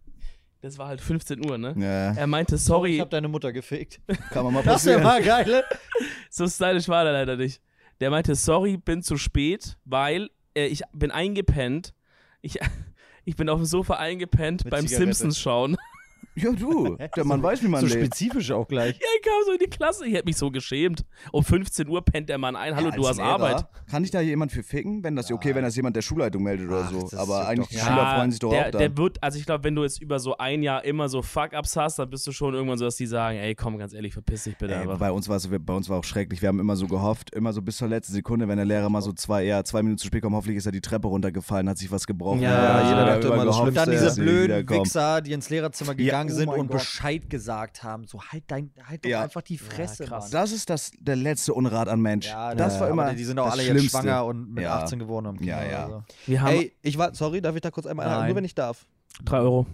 B: Das war halt fünfzehn Uhr, ne?
C: Ja,
B: Er meinte,
A: Ich
B: sorry,
A: hab deine Mutter gefickt.
C: kann man mal
A: Das wäre
C: passieren.
A: mal geil, ne?
B: so stylisch war der leider nicht. Der meinte, sorry, bin zu spät, weil äh, ich bin eingepennt. Ich, ich bin auf dem Sofa eingepennt
A: Mit
B: beim
A: Zigarette.
B: Simpsons schauen.
C: Ja, du. Der Mann weiß, wie man
A: So
C: lebt.
A: spezifisch auch gleich.
B: Ja, ich kam so in die Klasse, ich hätte mich so geschämt. Um fünfzehn Uhr pennt der Mann ein. Hallo,
C: Ja,
B: du
C: als
B: hast
C: Lehrer,
B: Arbeit.
C: Kann dich da jemand für ficken? Wenn das okay, wenn das jemand der Schulleitung meldet oder
A: Ach,
C: so.
A: das
C: Aber
A: ist
C: eigentlich
A: doch-
C: die
A: Ja,
C: Schüler freuen sich doch
B: der,
C: auch da.
B: der wird, also ich glaube, wenn du jetzt über so ein Jahr immer so Fuck-Ups hast, dann bist du schon irgendwann so, dass die sagen, ey, komm, ganz ehrlich, verpiss dich bitte.
C: Ey,
B: aber
C: bei uns war es, bei uns war auch schrecklich. Wir haben immer so gehofft, immer so bis zur letzten Sekunde, wenn der Lehrer mal so zwei, ja, zwei Minuten zu spät kommt, hoffentlich ist er die Treppe runtergefallen, hat sich was gebrochen.
D: Ja,
B: jeder
C: wir
D: dachte
C: haben
D: immer, das
C: gehofft,
A: Dann
D: Schlimmste,
A: diese
C: dass sie
A: blöden
C: wiederkommen.
A: Wichser, die ins Lehrerzimmer gegangen
C: oh
A: sind
C: mein
A: und
C: Gott.
A: Bescheid gesagt haben. So, halt, dein, halt doch
C: Ja.
A: einfach die Fresse,
B: krass.
A: Mann.
C: Das ist das, der letzte Unrat an Mensch.
A: Ja,
C: das war
A: aber
C: immer
A: die sind auch
C: das
A: alle
C: Schlimmste.
A: jetzt schwanger und mit
C: Ja.
A: achtzehn geworden am
C: Ja,
A: Kinder
C: ja.
A: oder so.
B: wir haben
D: Ey, ich war, sorry, darf ich da kurz einmal einhaken?
A: Nein.
D: Nur wenn ich darf.
B: drei Euro.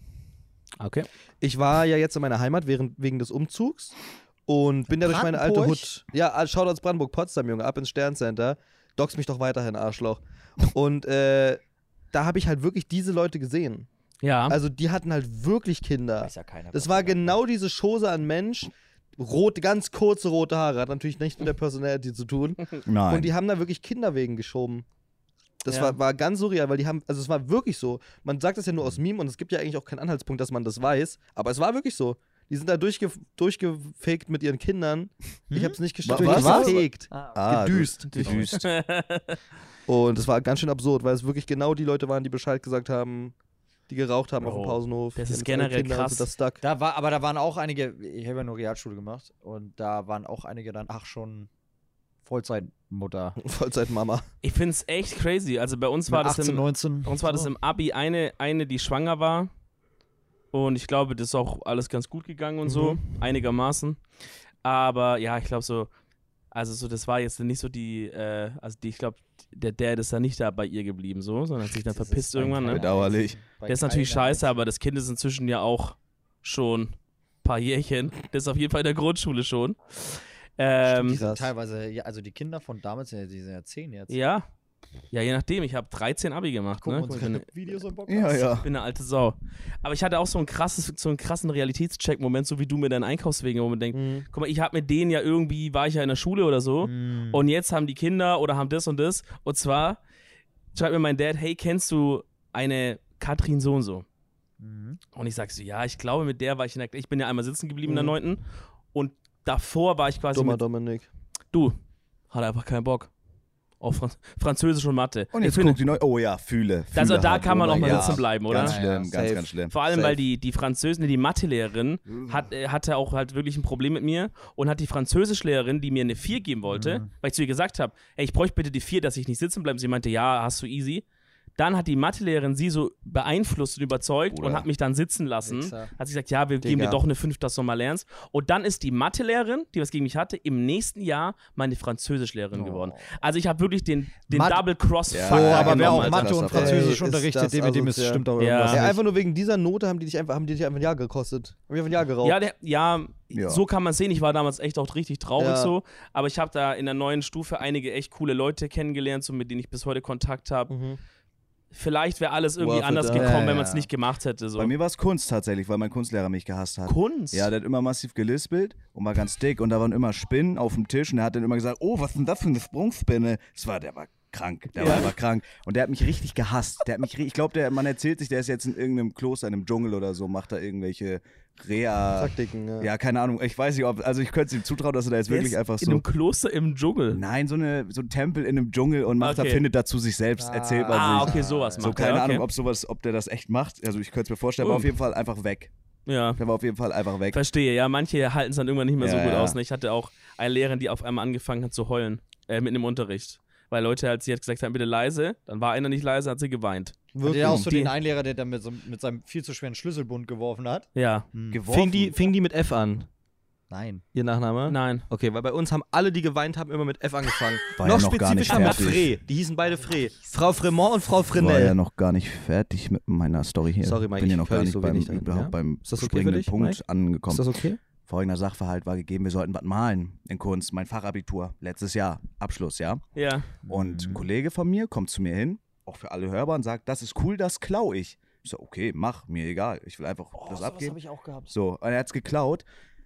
B: Okay.
D: Ich war ja jetzt in meiner Heimat während, wegen des Umzugs und bin ja durch meine alte
A: Brandenburg?
D: Hut. Ja, ah, Shoutouts Brandenburg, Potsdam, Junge, ab ins Sterncenter. Dox mich doch weiterhin, Arschloch. Und äh, da habe ich halt wirklich diese Leute gesehen.
B: Ja.
D: Also die hatten halt wirklich Kinder.
A: Weiß ja keiner.
D: Das
A: Gott
D: war
A: sei Dank.
D: genau diese Chose an Mensch. Rot, ganz kurze rote Haare, hat natürlich nichts mit der Personality zu tun.
C: Nein.
D: Und die haben da wirklich Kinder wegen geschoben. Das
B: Ja.
D: war, war ganz surreal, weil die haben, also es war wirklich so. Man sagt das ja nur aus Meme und es gibt ja eigentlich auch keinen Anhaltspunkt, dass man das weiß. Aber es war wirklich so. Die sind da durchge durchgefegt mit ihren Kindern. Ich hab's nicht geschafft.
C: Wa- was?
D: Durchgefegt.
A: Ah,
C: ah,
D: gedüst.
C: du- Gedüst.
D: Und es war ganz schön absurd, weil es wirklich genau die Leute waren, die Bescheid gesagt haben, die geraucht haben auf dem
B: Bro,
D: Pausenhof.
B: das
D: Die
B: ist
D: haben zwei
B: generell
D: Kinder,
B: krass.
D: Also das stuck.
A: Da war, aber da waren auch einige, ich habe ja nur Realschule gemacht und da waren auch einige dann, ach schon, Vollzeitmutter.
D: Vollzeitmama.
B: Ich finde es echt crazy. Also bei uns war
A: Mit
B: das
A: achtzehn,
B: im,
A: neunzehn.
B: bei uns war das im Abi eine, eine, die schwanger war. Und ich glaube, das ist auch alles ganz gut gegangen und so, einigermaßen. Aber ja, ich glaube so, also so, das war jetzt nicht so die, äh, also die, ich glaube, der Dad ist da nicht da bei ihr geblieben, so, sondern hat sich dann
A: Das ist
B: verpisst
A: bei
B: irgendwann, ne?
A: keiner
C: Bedauerlich.
A: Bei
B: Der ist natürlich
A: keiner
B: scheiße, aber das Kind ist inzwischen ja auch schon ein paar Jährchen. Das ist auf jeden Fall in der Grundschule schon. Ähm,
A: Die sind teilweise, ja, also die Kinder von damals, ja, die sind ja zehn jetzt.
B: ja. Ja, je nachdem. Ich habe dreizehn Abi gemacht,
A: Gucken
B: ne?
A: wir
B: Ich bin,
A: unsere Videos im Podcast.
C: Ja, ja.
B: ich bin eine alte Sau. Aber ich hatte auch so, ein krasses, so einen krassen Realitätscheck-Moment, so wie du mit deinen Einkaufswegen, wo man denkt,
D: Mhm.
B: guck mal, ich habe mit denen ja irgendwie, war ich ja in der Schule oder so.
A: Mm.
B: Und jetzt haben die Kinder oder haben das und das. Und zwar schreibt mir mein Dad, hey, kennst du eine Katrin so und so?
A: Mhm.
B: Und ich sag so, ja, ich glaube, mit der war ich in der, ich bin ja einmal sitzen geblieben in
D: Mhm.
B: der neunten Und davor war ich quasi
D: Dummer
B: mit,
D: Dominik.
B: du, hat einfach keinen Bock. Auf Franz Französisch und Mathe.
C: Und jetzt
B: Ich finde,
C: guckt die neu. Oh ja, fühle. fühle
B: also da
C: hart.
B: kann
C: Oh
B: man auch
C: mein
B: mal
C: Gott.
B: sitzen bleiben, oder?
C: Ganz
A: Ja,
C: schlimm,
A: ja,
C: ganz,
D: safe.
C: ganz schlimm.
B: Vor allem,
D: Safe.
B: weil die, die Französin, die Mathelehrerin, hat, äh, hatte auch halt wirklich ein Problem mit mir und hat die Französischlehrerin, die mir eine vier geben wollte,
A: Mhm.
B: weil ich zu ihr gesagt habe, ey, ich bräuchte bitte die vier, dass ich nicht sitzen bleibe. Sie meinte, ja, hast du easy. Dann hat die Mathelehrerin sie so beeinflusst und überzeugt
C: Bruder.
B: und hat mich dann sitzen lassen.
D: Wichser.
B: Hat sie gesagt, ja, wir
D: Digga.
B: geben dir doch eine fünf, dass du mal lernst. Und dann ist die Mathelehrerin, die was gegen mich hatte, im nächsten Jahr meine Französischlehrerin
A: Oh.
B: geworden. Also ich habe wirklich den, den
A: Mathe-
B: Double Cross
C: Ja,
A: So,
B: Fuck
A: aber wer
B: genommen,
A: auch
B: Alter.
A: Mathe und
C: Ey,
A: Französisch
D: ist
A: unterrichtet,
D: das
A: dem, mit dem ist
D: asozial.
A: stimmt auch
B: Ja.
A: irgendwas
D: Ja,
A: nicht.
D: einfach nur wegen dieser Note haben die dich einfach, haben die dich einfach ein Jahr gekostet. Haben die einfach ein Jahr geraubt.
B: Ja, der, ja,
C: Ja.
B: so kann man sehen. Ich war damals echt auch richtig traurig
D: Ja.
B: so. Aber ich habe da in der neuen Stufe einige echt coole Leute kennengelernt, so mit denen ich bis heute Kontakt habe.
D: Mhm.
B: Vielleicht wäre alles irgendwie
D: Worth it,
B: anders
D: ja.
B: gekommen,
A: Ja,
B: wenn
A: ja.
B: man es nicht gemacht hätte. So.
C: Bei mir war es Kunst tatsächlich, weil mein Kunstlehrer mich gehasst hat.
B: Kunst?
C: Ja, der hat immer massiv gelispelt und war ganz dick und da waren immer Spinnen auf dem Tisch und er hat dann immer gesagt, oh, was ist denn das für eine Sprungspinne? Das war, der war krank, der
B: Ja.
C: war einfach krank und der hat mich richtig gehasst. Der hat mich, ri- ich glaube, der, man erzählt sich, der ist jetzt in irgendeinem Kloster, in einem Dschungel oder so, macht da irgendwelche Rea...
D: Taktiken, ja.
C: Ja, keine Ahnung, ich weiß nicht, ob, also ich könnte es ihm zutrauen, dass er da jetzt
B: Der
C: wirklich
B: ist
C: einfach
B: in
C: so...
B: einem Kloster im Dschungel.
C: Nein, so, eine, so ein Tempel in einem Dschungel und macht
B: Okay.
C: da, findet dazu sich selbst,
D: Ah.
C: erzählt man
B: Ah,
C: sich.
B: okay, sowas
C: So,
B: macht er,
C: keine
B: okay.
C: Ahnung, ob sowas, ob der das echt macht. Also ich könnte es mir vorstellen, aber
B: Oh.
C: auf jeden Fall einfach weg.
B: Ja.
C: Der war auf jeden Fall einfach weg.
B: Verstehe, ja, manche halten es dann irgendwann nicht mehr so
C: Ja,
B: gut
C: ja.
B: aus. Ne? Ich hatte auch eine Lehrerin, die auf einmal angefangen hat zu heulen, äh, mitten im Unterricht. Weil Leute halt, sie hat gesagt, haben bitte leise, dann war einer nicht leise, hat sie geweint.
A: Hat der auch so
B: Die-
A: den Einlehrer, der dann mit, so, mit seinem viel zu schweren Schlüsselbund geworfen hat?
B: Ja.
C: Geworfen.
D: Fing die, fing die mit F an,
A: Nein.
D: ihr Nachname?
B: Nein.
D: Okay, weil bei uns haben alle, die geweint haben, immer mit F angefangen.
C: War
D: noch
C: ja noch gar nicht
D: spezifischer mit
C: fertig.
D: Frey. Die hießen beide Frey. Frau Fremont und Frau
C: Ich war
D: Fresnel.
C: ja noch gar nicht fertig mit meiner Story hier.
D: Sorry, Mike,
C: bin ja
D: ich
C: noch
D: hör
C: gar
D: dich
C: nicht
D: so
C: beim,
D: wenig da hinten,
C: überhaupt
D: ja?
C: beim
D: Ist das okay für
C: springenden
D: dich,
C: Punkt
D: Mike?
C: angekommen.
D: Ist das okay?
C: Folgender Sachverhalt war gegeben, wir sollten was malen in Kunst. Mein Fachabitur, letztes Jahr, Abschluss, ja.
B: Ja.
C: Und
D: Mhm.
C: ein Kollege von mir kommt zu mir hin, auch für alle hörbar, und sagt, das ist cool, das klau ich. Ich so, okay, mach, mir egal. Ich will einfach das abgeben.
A: ich auch gehabt.
C: So, und er hat's geklaut.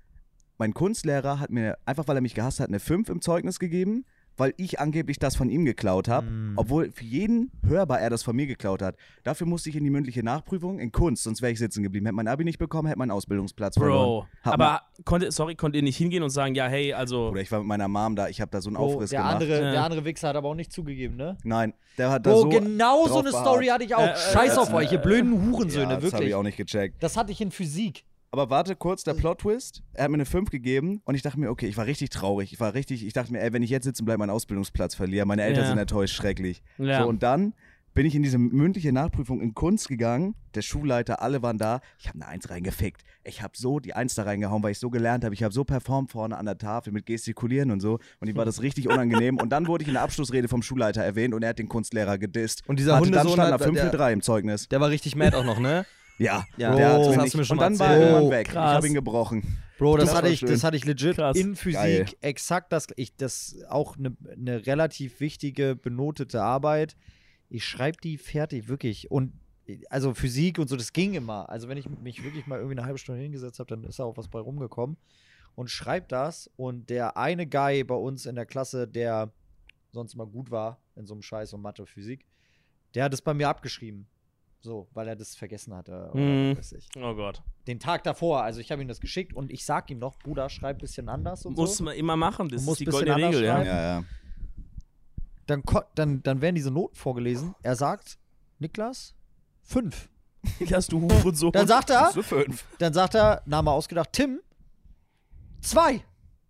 C: Mein Kunstlehrer hat mir, einfach weil er mich gehasst hat, eine fünf im Zeugnis gegeben, weil ich angeblich das von ihm geklaut habe,
A: Mm.
C: obwohl für jeden hörbar er das von mir geklaut hat. Dafür musste ich in die mündliche Nachprüfung in Kunst, sonst wäre ich sitzen geblieben. Hätte mein Abi nicht bekommen, hätte meinen Ausbildungsplatz verloren.
B: Bro.
C: Hat
B: Aber konnte, sorry, konnte ihr nicht hingehen und sagen, ja, hey, also.
C: Oder ich war mit meiner Mom da, ich habe da so einen
A: Oh,
C: Aufriss
A: der,
C: gemacht.
A: andere,
B: Ja.
A: der andere Wichser hat aber auch nicht zugegeben, ne?
C: Nein, der hat da
A: Bro,
C: so
A: genau so
C: drauf
A: eine
C: beharrt.
A: Story hatte ich auch.
B: Äh, äh,
A: Scheiß
B: äh,
A: auf euch, ihr blöden Hurensöhne,
C: Ja, das habe
A: wirklich.
C: ich auch nicht gecheckt.
A: Das hatte ich in Physik.
C: Aber warte kurz, der Plot-Twist. Er hat mir eine fünf gegeben und ich dachte mir, okay, ich war richtig traurig. Ich war richtig, ich dachte mir, ey, wenn ich jetzt sitzen bleibe, meinen Ausbildungsplatz verliere. Meine Eltern
B: Ja.
C: sind enttäuscht, schrecklich.
B: Ja.
C: So, und dann bin ich in diese mündliche Nachprüfung in Kunst gegangen. Der Schulleiter, alle waren da. Ich habe eine Eins reingefickt. Ich habe so die Eins da reingehauen, weil ich so gelernt habe. Ich habe so performt vorne an der Tafel mit Gestikulieren und so. Und ihm war das richtig unangenehm. Und dann wurde ich in der Abschlussrede vom Schulleiter erwähnt und er hat den Kunstlehrer gedisst.
D: Und dieser
C: Hatte dann
D: Hundesohn
C: stand
D: hat-
C: da fünf
D: der-
C: für drei im Zeugnis.
D: Der war richtig mad auch noch, ne?
C: Ja,
D: Ja,
C: der hat's
D: das
C: mir
D: hast
C: nicht.
D: du mir schon
C: Und dann
D: mal
C: war er
D: erzählt.
C: irgendwann
A: Oh,
C: weg. Ich
B: krass.
C: habe ihn gebrochen.
A: Bro, das,
C: Das
A: hatte
C: war
A: ich,
C: schön.
A: das hatte ich legit
B: Krass.
A: in Physik
C: Geil.
A: exakt das. Ich, das auch eine ne relativ wichtige, benotete Arbeit. Ich schreibe die fertig, wirklich. Und also Physik und so, das ging immer. Also wenn ich mich wirklich mal irgendwie eine halbe Stunde hingesetzt habe, dann ist da auch was bei rumgekommen. Und schreib das. Und der eine Guy bei uns in der Klasse, der sonst mal gut war in so einem Scheiß um Mathe, Physik, der hat es bei mir abgeschrieben. So, weil er das vergessen hatte. Oder
B: Mhm.
A: weiß ich.
B: Oh Gott.
A: Den Tag davor. Also ich habe ihm das geschickt und ich sag ihm noch, Bruder, schreib ein bisschen anders und
B: Muss
A: so.
B: man immer machen, das
A: Muss
B: ist die
A: bisschen
B: goldene
A: anders
B: Regel, ja.
A: schreiben.
C: Ja, ja.
A: Dann, ko- dann, dann werden diese Noten vorgelesen. Er sagt, Niklas, fünf.
B: Niklas, du Hurensohn.
A: Dann sagt er,
C: So fünf.
A: dann sagt er, Name ausgedacht, Tim, zwei.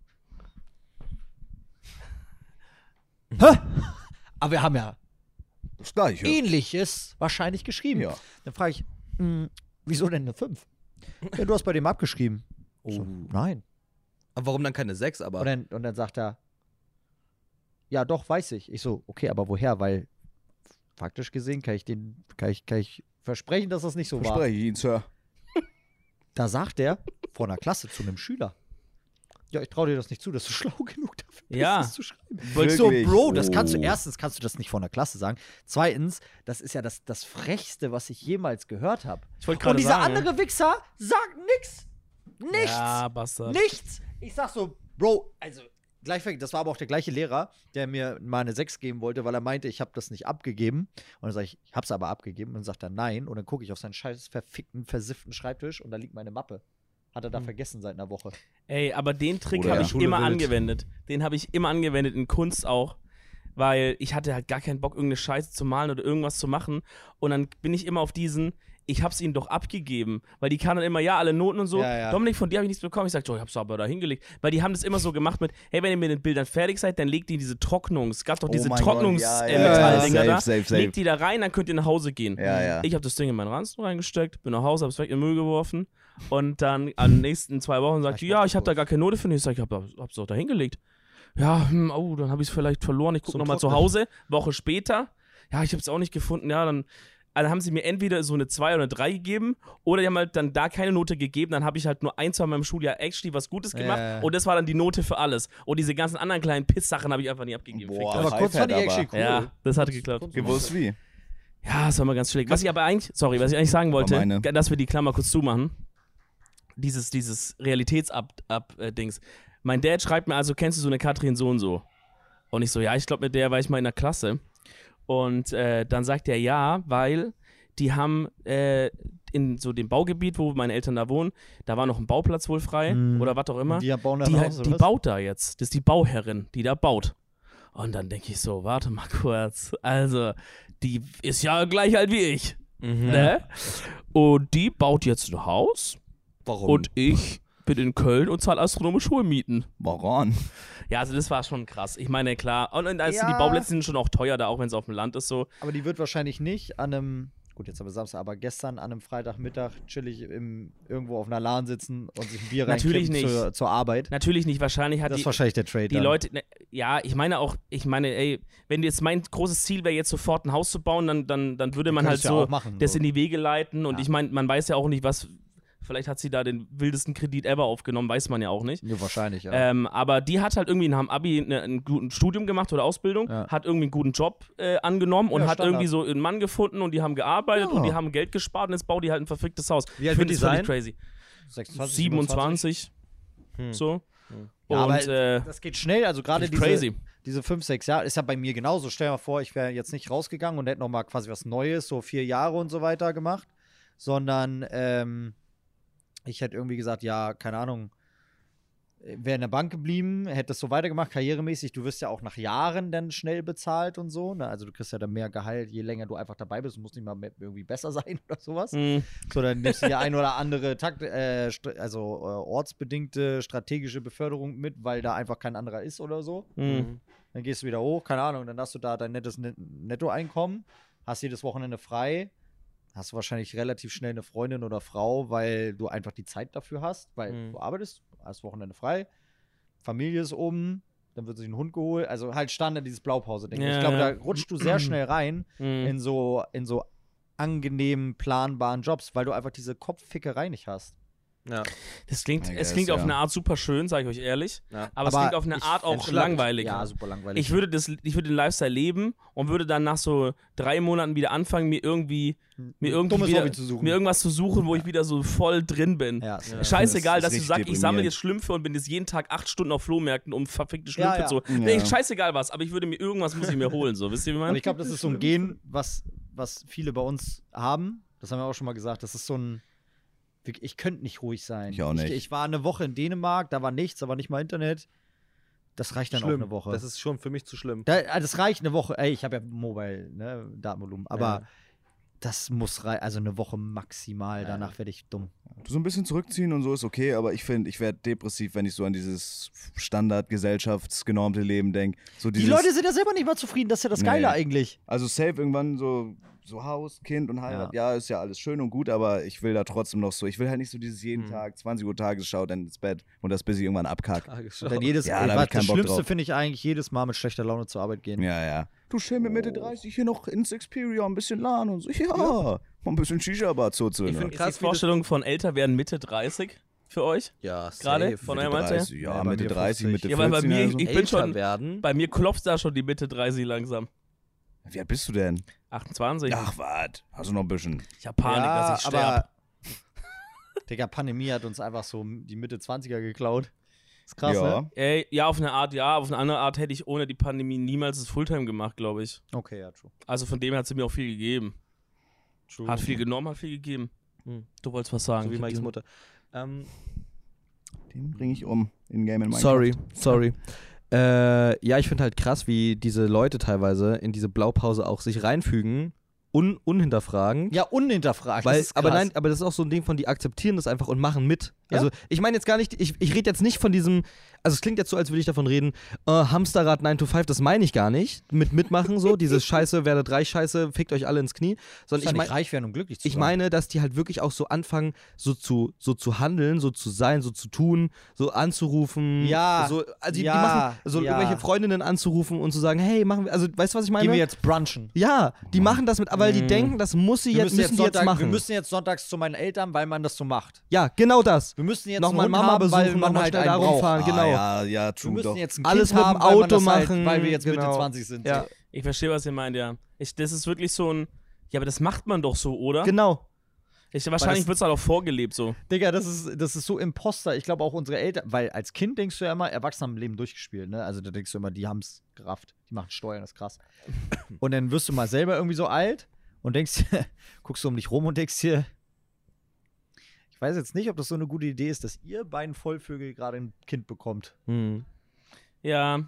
A: Hä? Aber wir haben ja
C: Das gleiche.
A: Ähnliches wahrscheinlich geschrieben.
C: Ja.
A: Dann frage ich, "Mh, wieso denn eine fünf? Ja, du hast bei dem abgeschrieben. Ich So, nein.
D: Aber warum dann keine sechs, aber?
A: Und dann, und dann sagt er, ja, doch, weiß ich. Ich so, okay, aber woher? Weil faktisch gesehen kann ich den, kann ich, kann ich versprechen, dass das nicht so war.
C: Verspreche ich Ihnen, Sir.
A: Da sagt er vor einer Klasse zu einem Schüler, ja, ich traue dir das nicht zu, dass du schlau genug dafür bist,
B: Ja.
A: das zu schreiben.
C: Wirklich?
A: So, Bro, das kannst du,
C: Oh.
A: erstens kannst du das nicht vor einer Klasse sagen. Zweitens, das ist ja das, das Frechste, was ich jemals gehört habe.
B: Ich wollte
A: Und
B: gerade
A: dieser
B: sagen.
A: andere Wichser sagt nix. Nichts.
B: Ja, Bastard.
A: Nichts. Ich sag so, Bro, also gleich weg, das war aber auch der gleiche Lehrer, der mir mal eine sechs geben wollte, weil er meinte, ich habe das nicht abgegeben. Und dann sage ich, ich hab's aber abgegeben. Und dann sagt er nein. Und dann gucke ich auf seinen scheiß verfickten, versifften Schreibtisch und da liegt meine Mappe. Hat er da vergessen seit einer Woche.
B: Ey, aber den Trick
C: Oder
B: habe
C: ja.
B: ich
D: Schule
B: immer
D: wild.
B: angewendet. Den habe ich immer angewendet, in Kunst auch. Weil ich hatte halt gar keinen Bock, irgendeine Scheiße zu malen oder irgendwas zu machen. Und dann bin ich immer auf diesen, ich hab's ihnen doch abgegeben. Weil die kamen dann immer, ja, alle Noten und so.
A: Ja, ja.
B: Dominik, von dir habe ich nichts bekommen. Ich sag, oh, ich hab's aber da hingelegt. Weil die haben das immer so gemacht mit, hey, wenn ihr mit den Bildern fertig seid, dann legt ihr diese Trocknungs, es gab doch
C: Oh
B: diese
C: mein Gott, ja, ja,
B: Trocknungs-Metalldinger
C: ja,
B: da,
C: safe, safe, safe.
B: legt die da rein, dann könnt ihr nach Hause gehen.
C: Ja, ja.
B: Ich habe das Ding in meinen Ranzen reingesteckt, bin nach Hause, hab's weg in den Müll geworfen und dann an den nächsten zwei Wochen sagt
A: Ich
B: die,
A: mach
B: ja,
A: das
B: ich habe da
A: kurz.
B: gar keine Note für dich. Ich sag, ich hab, hab's doch da hingelegt. Ja, hm, oh, dann habe ich es vielleicht verloren. Ich gucke
D: Zum
B: nochmal zu
D: Trocknen.
B: Hause, Woche später. Ja, ich habe es auch nicht gefunden. Ja, dann also haben sie mir entweder so eine zwei oder eine drei gegeben oder die haben halt dann da keine Note gegeben. Dann habe ich halt nur ein, zwei Mal im Schuljahr actually was Gutes gemacht
A: Ja.
B: und das war dann die Note für alles. Und diese ganzen anderen kleinen Piss-Sachen habe ich einfach nie abgegeben.
C: Boah,
B: Fick
A: Aber kurz fand ich
C: aber-
A: actually cool.
B: Ja, das hat geklappt.
C: Gewusst wie?
B: Ja, das war mal ganz schlecht. Was ich aber eigentlich, sorry, was ich eigentlich sagen wollte,
C: meine.
B: dass wir die Klammer kurz zumachen. Dieses, dieses Realitätsab-Dings. Mein Dad schreibt mir also, kennst du so eine Katrin so und so? Und ich so, ja, ich glaube, mit der war ich mal in der Klasse. Und äh, dann sagt er ja, weil die haben äh, in so dem Baugebiet, wo meine Eltern da wohnen, da war noch ein Bauplatz wohl frei
A: Mhm.
B: oder was auch immer.
A: Die bauen da
B: Die,
A: ein Haus, oder
B: die
A: was?
B: baut da jetzt. Das ist die Bauherrin, die da baut. Und dann denke ich so, warte mal kurz. Also, die ist ja gleich alt wie ich.
D: Mhm.
B: Ne? Und die baut jetzt ein Haus
D: Warum?
B: und ich bin in Köln und zahle astronomische Schulmieten.
C: Warum?
B: Ja, also das war schon krass. Ich meine, klar, und, und also
A: Ja.
B: die Bauplätze sind schon auch teuer da, auch wenn es auf dem Land ist so.
A: Aber die wird wahrscheinlich nicht an einem, gut, jetzt haben wir Samstag, aber gestern an einem Freitagmittag chillig im, irgendwo auf einer LAN sitzen und sich ein Bier
B: Natürlich
A: reinkippen
B: nicht.
A: zur, zur Arbeit.
B: Natürlich nicht, wahrscheinlich hat
A: Das
B: die,
A: ist wahrscheinlich der Trade.
B: die
A: dann.
B: Leute, ne, ja, ich meine auch, ich meine, ey, wenn jetzt mein großes Ziel wäre, jetzt sofort ein Haus zu bauen, dann, dann, dann würde man halt
A: könntest du ja
B: so
A: auch machen,
B: das
A: so.
B: in die Wege leiten und
A: Ja.
B: ich meine, man weiß ja auch nicht, was, vielleicht hat sie da den wildesten Kredit ever aufgenommen, weiß man ja auch nicht.
A: Ja, wahrscheinlich, ja.
B: Ähm, aber die hat halt irgendwie nach dem Abi ne, ein gutes Studium gemacht oder Ausbildung,
A: Ja.
B: hat irgendwie einen guten Job äh, angenommen und
A: Ja,
B: hat
A: Standard.
B: irgendwie so einen Mann gefunden und die haben gearbeitet
C: Ja.
B: und die haben Geld gespart und jetzt baut die halt ein verficktes Haus.
A: Wie alt
B: Ich
A: wird
B: finde
A: die
B: das völlig
A: sein?
B: crazy.
A: sechsundzwanzig,
B: siebenundzwanzig,
D: Hm.
B: so.
A: Ja,
B: und
A: aber
B: äh,
A: das geht schnell, also gerade
B: finde ich
A: diese,
B: crazy.
A: diese fünf, sechs Jahre, ist ja bei mir genauso. Stell dir mal vor, ich wäre jetzt nicht rausgegangen und hätte noch mal quasi was Neues, so vier Jahre und so weiter gemacht, sondern ähm, ich hätte irgendwie gesagt, ja, keine Ahnung, wäre in der Bank geblieben, hätte das so weitergemacht, karrieremäßig. Du wirst ja auch nach Jahren dann schnell bezahlt und so. Ne? Also du kriegst ja dann mehr Gehalt, je länger du einfach dabei bist. Du musst nicht mal mehr irgendwie besser sein oder sowas.
B: Hm.
A: So, dann nimmst du ja ein oder andere Takt, äh, st- also äh, ortsbedingte strategische Beförderung mit, weil da einfach kein anderer ist oder so.
B: Hm.
A: Dann gehst du wieder hoch, keine Ahnung, dann hast du da dein nettes Net- Nettoeinkommen, hast jedes Wochenende frei, hast du wahrscheinlich relativ schnell eine Freundin oder Frau, weil du einfach die Zeit dafür hast, weil
D: Mhm.
A: du arbeitest, hast Wochenende frei, Familie ist oben, dann wird sich ein Hund geholt, also halt Standard dieses Blaupause-Ding.
B: Ja,
A: ich glaube, da
B: ja.
A: rutschst du sehr schnell rein
B: Hm.
A: in so, in so angenehmen, planbaren Jobs, weil du einfach diese Kopffickerei nicht hast.
D: Ja.
B: Das klingt,
C: I
B: es
C: guess,
B: klingt auf
C: ja.
B: eine Art super schön, sage ich euch ehrlich.
D: Ja.
B: Aber, es klingt auf eine
A: ich
B: Art auch
A: entschlag-
B: langweilig.
A: Ja, super langweilig.
B: Ich würde, das, ich würde den Lifestyle leben und würde dann nach so drei Monaten wieder anfangen, mir irgendwie, mir irgendwie
A: dummes
B: wieder,
A: Hobby zu suchen.
B: mir irgendwas zu suchen, wo ich wieder so voll drin bin.
A: ja, ja.
B: Scheißegal,
C: Das
B: dass
C: ist
B: du
C: richtig
B: sagst, ich sammle
C: deprimierend.
B: jetzt Schlümpfe und bin jetzt jeden Tag acht Stunden auf Flohmärkten, um verfickte Schlümpfe
A: Ja, ja.
B: zu.
C: Ja.
B: Nee, scheißegal was, aber ich würde mir irgendwas muss ich mir holen, so, wisst ihr, wie man?
A: Aber ich glaube, das ist so ein Gen, was, was viele bei uns haben. Das haben wir auch schon mal gesagt. Das ist so ein. Ich könnte nicht ruhig sein.
C: Ich auch nicht.
A: Ich, ich war eine Woche in Dänemark, da war nichts, da war nicht mal Internet. Das reicht dann
D: Schlimm.
A: auch eine Woche.
D: Das ist schon für mich zu schlimm.
A: da, ah, das reicht eine Woche. Ey, ich habe ja Mobile, ne, Datenvolumen. Aber
D: Ja.
A: das muss reichen. Also eine Woche maximal. Danach werde ich dumm.
C: So ein bisschen zurückziehen und so ist okay, aber ich finde, ich werde depressiv, wenn ich so an dieses Standard-gesellschaftsgenormte Leben denke. So
A: Die
C: dieses,
A: Leute sind ja selber nicht mal zufrieden. Das ist ja das Geile
C: Nee.
A: eigentlich.
C: Also safe irgendwann so, so Haus, Kind und Heirat. Ja. ist ja alles schön und gut, aber ich will da trotzdem noch so, ich will halt nicht so dieses jeden
D: Hm.
C: Tag zwanzig Uhr Tagesschau, dann ins Bett und das bis ich irgendwann abkacke.
D: Tagesschau.
A: Und dann jedes,
C: Ja,
A: ey,
C: da hab
A: was,
C: ich keinen
A: das
C: Bock
A: Schlimmste
C: drauf.
A: finde ich eigentlich, jedes Mal mit schlechter Laune zur Arbeit gehen.
C: Ja, ja. Du schön mit Mitte dreißig hier noch ins Xperia, ein bisschen LAN und so. Ja, mal ein bisschen Shisha-Bar zu
D: Ich find
C: zünden.
B: Ist
D: krass,
B: die
D: wie das-
B: Vorstellung von älter werden Mitte dreißig für euch?
D: Ja,
B: Gerade
D: safe.
B: von
C: Mitte
B: eurem Alter?
C: dreißig, ja,
A: Ja, bei
C: Mitte
A: mir
C: dreißig,
A: fünfzig.
C: Mitte
B: Ja, weil bei
C: vierzig.
B: mir-
C: also.
B: ich bin
D: Älter
B: schon-
D: werden.
B: Bei mir klopft da schon die Mitte dreißig langsam.
C: Wie alt bist du denn?
B: achtundzwanzig.
C: Ach, was? Hast du noch ein bisschen?
B: Ich hab Panik, dass ich sterbe.
A: aber Digga, Pandemie hat uns einfach so die Mitte zwanziger geklaut. Ist krass,
C: ja.
A: ne?
B: Ey, ja, auf eine Art ja, auf eine andere Art hätte ich ohne die Pandemie niemals das Fulltime gemacht, glaube ich.
A: Okay, ja, true.
B: Also von dem her hat sie mir auch viel gegeben.
A: true.
B: Hat viel genommen, hat viel gegeben.
D: Hm.
B: Du wolltest was sagen.
D: So wie
B: Ich hab
D: Mikes
B: die-
D: Mutter. Ähm,
C: Den bringe ich um in Game in Minecraft.
D: sorry, sorry. Äh, ja, ich finde halt krass, wie diese Leute teilweise in diese Blaupause auch sich reinfügen un unhinterfragend.
A: Ja, unhinterfragt.
D: Weil,
A: das ist krass.
D: aber nein, aber das ist auch so ein Ding von, die akzeptieren das einfach und machen mit.
A: Ja.
D: Also ich meine jetzt gar nicht, ich, ich rede jetzt nicht von diesem, also es klingt jetzt so, als würde ich davon reden, äh, Hamsterrad nine to five, das meine ich gar nicht, mit mitmachen so, dieses Scheiße, werdet reich Scheiße, fickt euch alle ins Knie, sondern ich
A: ich
D: meine,
A: reich werden, um glücklich zu
D: ich
A: sein.
D: meine, dass die halt wirklich auch so anfangen, so zu, so zu handeln, so zu sein, so zu tun, so anzurufen.
A: Ja,
D: So, also die,
A: ja,
D: die machen so
A: ja.
D: irgendwelche Freundinnen anzurufen und zu sagen, hey, machen wir, also weißt du, was ich meine?
A: Gehen wir jetzt brunchen.
D: Ja, die machen das mit, weil die
B: Mm.
D: denken, das muss sie
A: Wir
D: jetzt,
A: müssen,
D: müssen
A: jetzt
D: die jetzt
A: Sonntag,
D: machen.
A: wir müssen jetzt sonntags zu meinen Eltern, weil man das so macht.
D: Ja, genau das.
A: Wir müssen jetzt
D: Nochmal
A: einen Hund
D: Mama
A: haben, weil
D: besuchen,
A: man
D: nochmal
A: halt
D: schnell
A: einen
D: darum
A: braucht.
D: fahren, genau.
C: Ah, ja, ja,
A: Wir
C: true
A: müssen
C: doch.
A: jetzt ein
D: Alles
A: Kind
D: mit dem
A: haben, weil man
D: Auto
A: das halt,
D: machen,
A: weil wir jetzt Mitte
D: genau.
A: zwanzig sind.
D: Ja.
B: Ich verstehe, was ihr meint, ja. Ich, das ist wirklich so ein, ja, aber das macht man doch so, oder?
D: Genau.
B: Ich, wahrscheinlich
A: das-
B: wird es halt auch vorgelebt so.
A: Digga, das ist, das ist so Imposter. Ich glaube auch unsere Eltern, weil als Kind denkst du ja immer, Erwachsene haben im Leben durchgespielt, ne? Also da denkst du immer, die haben es gerafft. Die machen Steuern, das ist krass. Und dann wirst du mal selber irgendwie so alt und denkst, guckst du um dich rum und denkst dir, ich weiß jetzt nicht, ob das so eine gute Idee ist, dass ihr beiden Vollvögel gerade ein Kind bekommt.
D: Hm.
B: Ja.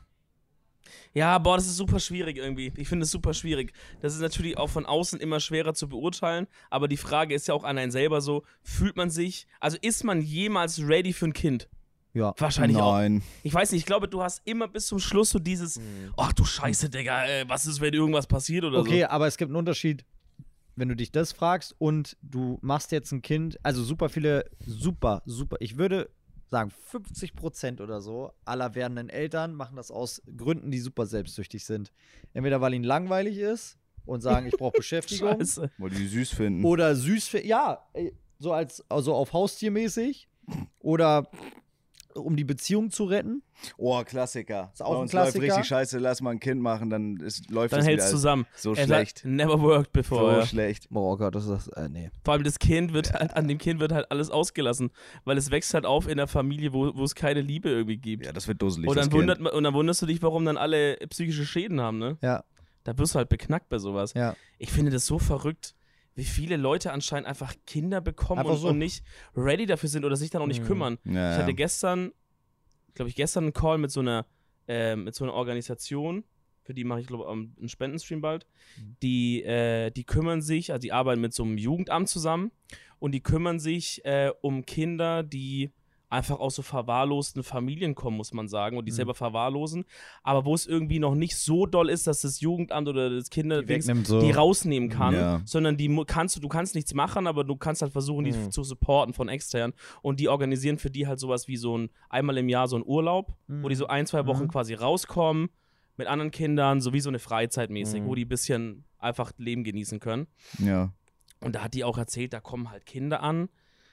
B: Ja, boah, das ist super schwierig irgendwie. Ich finde es super schwierig. Das ist natürlich auch von außen immer schwerer zu beurteilen, aber die Frage ist ja auch an einen selber so, fühlt man sich, also ist man jemals ready für ein Kind?
A: Ja.
B: Wahrscheinlich auch.
C: Nein.
B: Ich weiß nicht, ich glaube, du hast immer bis zum Schluss so dieses, ach du Scheiße, Digga, ey, was ist, wenn irgendwas passiert oder
A: Okay,
B: so.
A: aber es gibt einen Unterschied, wenn du dich das fragst und du machst jetzt ein Kind, also super viele, super, super, ich würde sagen fünfzig Prozent oder so aller werdenden Eltern machen das aus Gründen, die super selbstsüchtig sind. Entweder weil ihnen langweilig ist und sagen, ich brauche Beschäftigung.
B: Scheiße.
C: Weil die süß finden.
A: Oder süß, fi- ja, ey, so als also auf Haustiermäßig oder um die Beziehung zu retten.
C: Oh, Klassiker.
A: Ist auch
C: Bei
A: ein
C: uns
A: Klassiker.
C: läuft richtig scheiße, lass mal ein Kind machen, dann ist, läuft
B: Dann
C: das
B: hält's
C: wieder
B: zusammen.
C: so
B: Er
C: schlecht.
B: sagt, never worked
C: So
B: before. ja.
C: schlecht.
D: Oh Gott, das ist das, äh, nee.
B: Vor allem das Kind wird halt, an dem Kind wird halt alles ausgelassen, weil es wächst halt auf in einer Familie, wo, wo es keine Liebe irgendwie gibt.
C: Ja, das wird dusselig,
B: und, dann
C: das Kind.
B: wundert, ma- und dann wunderst du dich, warum dann alle psychische Schäden haben, ne?
A: Ja,
B: Da wirst du halt beknackt bei sowas.
A: ja.
B: Ich finde das so verrückt, wie viele Leute anscheinend einfach Kinder bekommen
A: Einfach
B: und,
A: so.
B: und nicht ready dafür sind oder sich dann auch nicht
D: Mhm.
B: kümmern.
C: Ja,
B: Ich hatte
C: ja.
B: gestern, glaube ich, gestern einen Call mit so einer, äh, mit so einer Organisation, für die mache ich, glaube ich, einen Spendenstream bald. Die, äh, die kümmern sich, also die arbeiten mit so einem Jugendamt zusammen und die kümmern sich äh, um Kinder, die einfach aus so verwahrlosten Familien kommen, muss man sagen, und die
A: Mhm.
B: selber verwahrlosen, aber wo es irgendwie noch nicht so doll ist, dass das Jugendamt oder das Kinder
A: Die wegnimmt so.
B: die rausnehmen kann,
C: Ja.
B: sondern die mu- kannst du, du kannst nichts machen, aber du kannst halt versuchen, die
D: Mhm.
B: zu supporten von extern. Und die organisieren für die halt sowas wie so ein, einmal im Jahr so ein Urlaub, wo die so ein, zwei Wochen
A: Mhm.
B: quasi rauskommen mit anderen Kindern, so wie so eine Freizeit mäßig,
D: Mhm.
B: wo die ein bisschen einfach Leben genießen können.
C: Ja.
B: Und da hat die auch erzählt, da kommen halt Kinder an,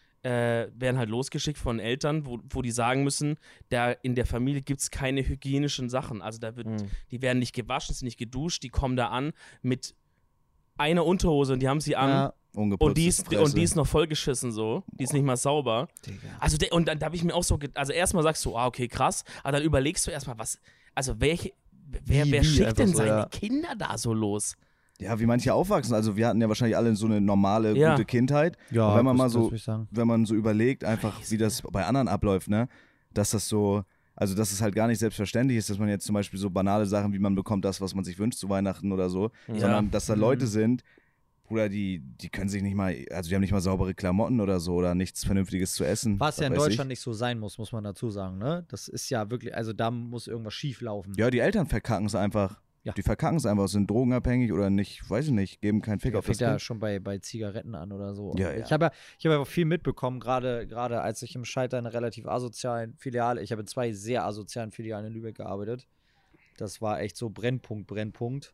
B: äh, werden halt losgeschickt von Eltern, wo, wo die sagen müssen, da in der Familie gibt es keine hygienischen Sachen. Also da wird,
D: Mhm.
B: die werden nicht gewaschen, sind nicht geduscht, die kommen da an mit einer Unterhose und die haben sie an.
A: Ja.
C: Ungeputzte
B: Und die, ist,
C: Fresse.
B: und die ist noch vollgeschissen so. Die ist nicht mal sauber. Also, der, und dann da habe ich mir auch so, ge- also erstmal sagst du, ah, okay, krass. Aber dann überlegst du erstmal, was, also welche, wer,
D: Wie,
B: wer
D: wie?
B: schickt
D: Einfach
B: denn
D: so,
B: seine
D: ja.
B: Kinder da so los?
C: Ja, wie manche aufwachsen. Also wir hatten ja wahrscheinlich alle so eine normale,
B: Ja.
C: gute Kindheit.
A: Ja,
C: Und wenn man
A: das-
C: mal
A: das
C: so,
A: würd ich sagen.
C: wenn man so überlegt, einfach wie das bei anderen abläuft, ne, dass das so, also dass es halt gar nicht selbstverständlich ist, dass man jetzt zum Beispiel so banale Sachen, wie man bekommt das, was man sich wünscht zu Weihnachten oder so, sondern dass da Leute sind, Bruder, die, die können sich nicht mal, also die haben nicht mal saubere Klamotten oder so oder nichts Vernünftiges zu essen.
A: Was ja in
C: weiß
A: Deutschland
C: ich.
A: nicht so sein muss, muss man dazu sagen, ne? Das ist ja wirklich, also da muss irgendwas schief laufen.
C: Ja, die Eltern verkacken es einfach.
A: Ja.
C: Die verkacken es einfach, sind drogenabhängig oder nicht, weiß ich nicht, geben keinen Fick
A: Der
C: auf das
A: fängt ja
C: Kind.
A: schon bei, bei Zigaretten an oder so.
C: Ja, ja.
A: Ich habe ja, ich hab ja auch viel mitbekommen, gerade gerade als ich im Scheiter in einer relativ asozialen Filiale, ich habe in zwei sehr asozialen Filialen in Lübeck gearbeitet. Das war echt so Brennpunkt, Brennpunkt.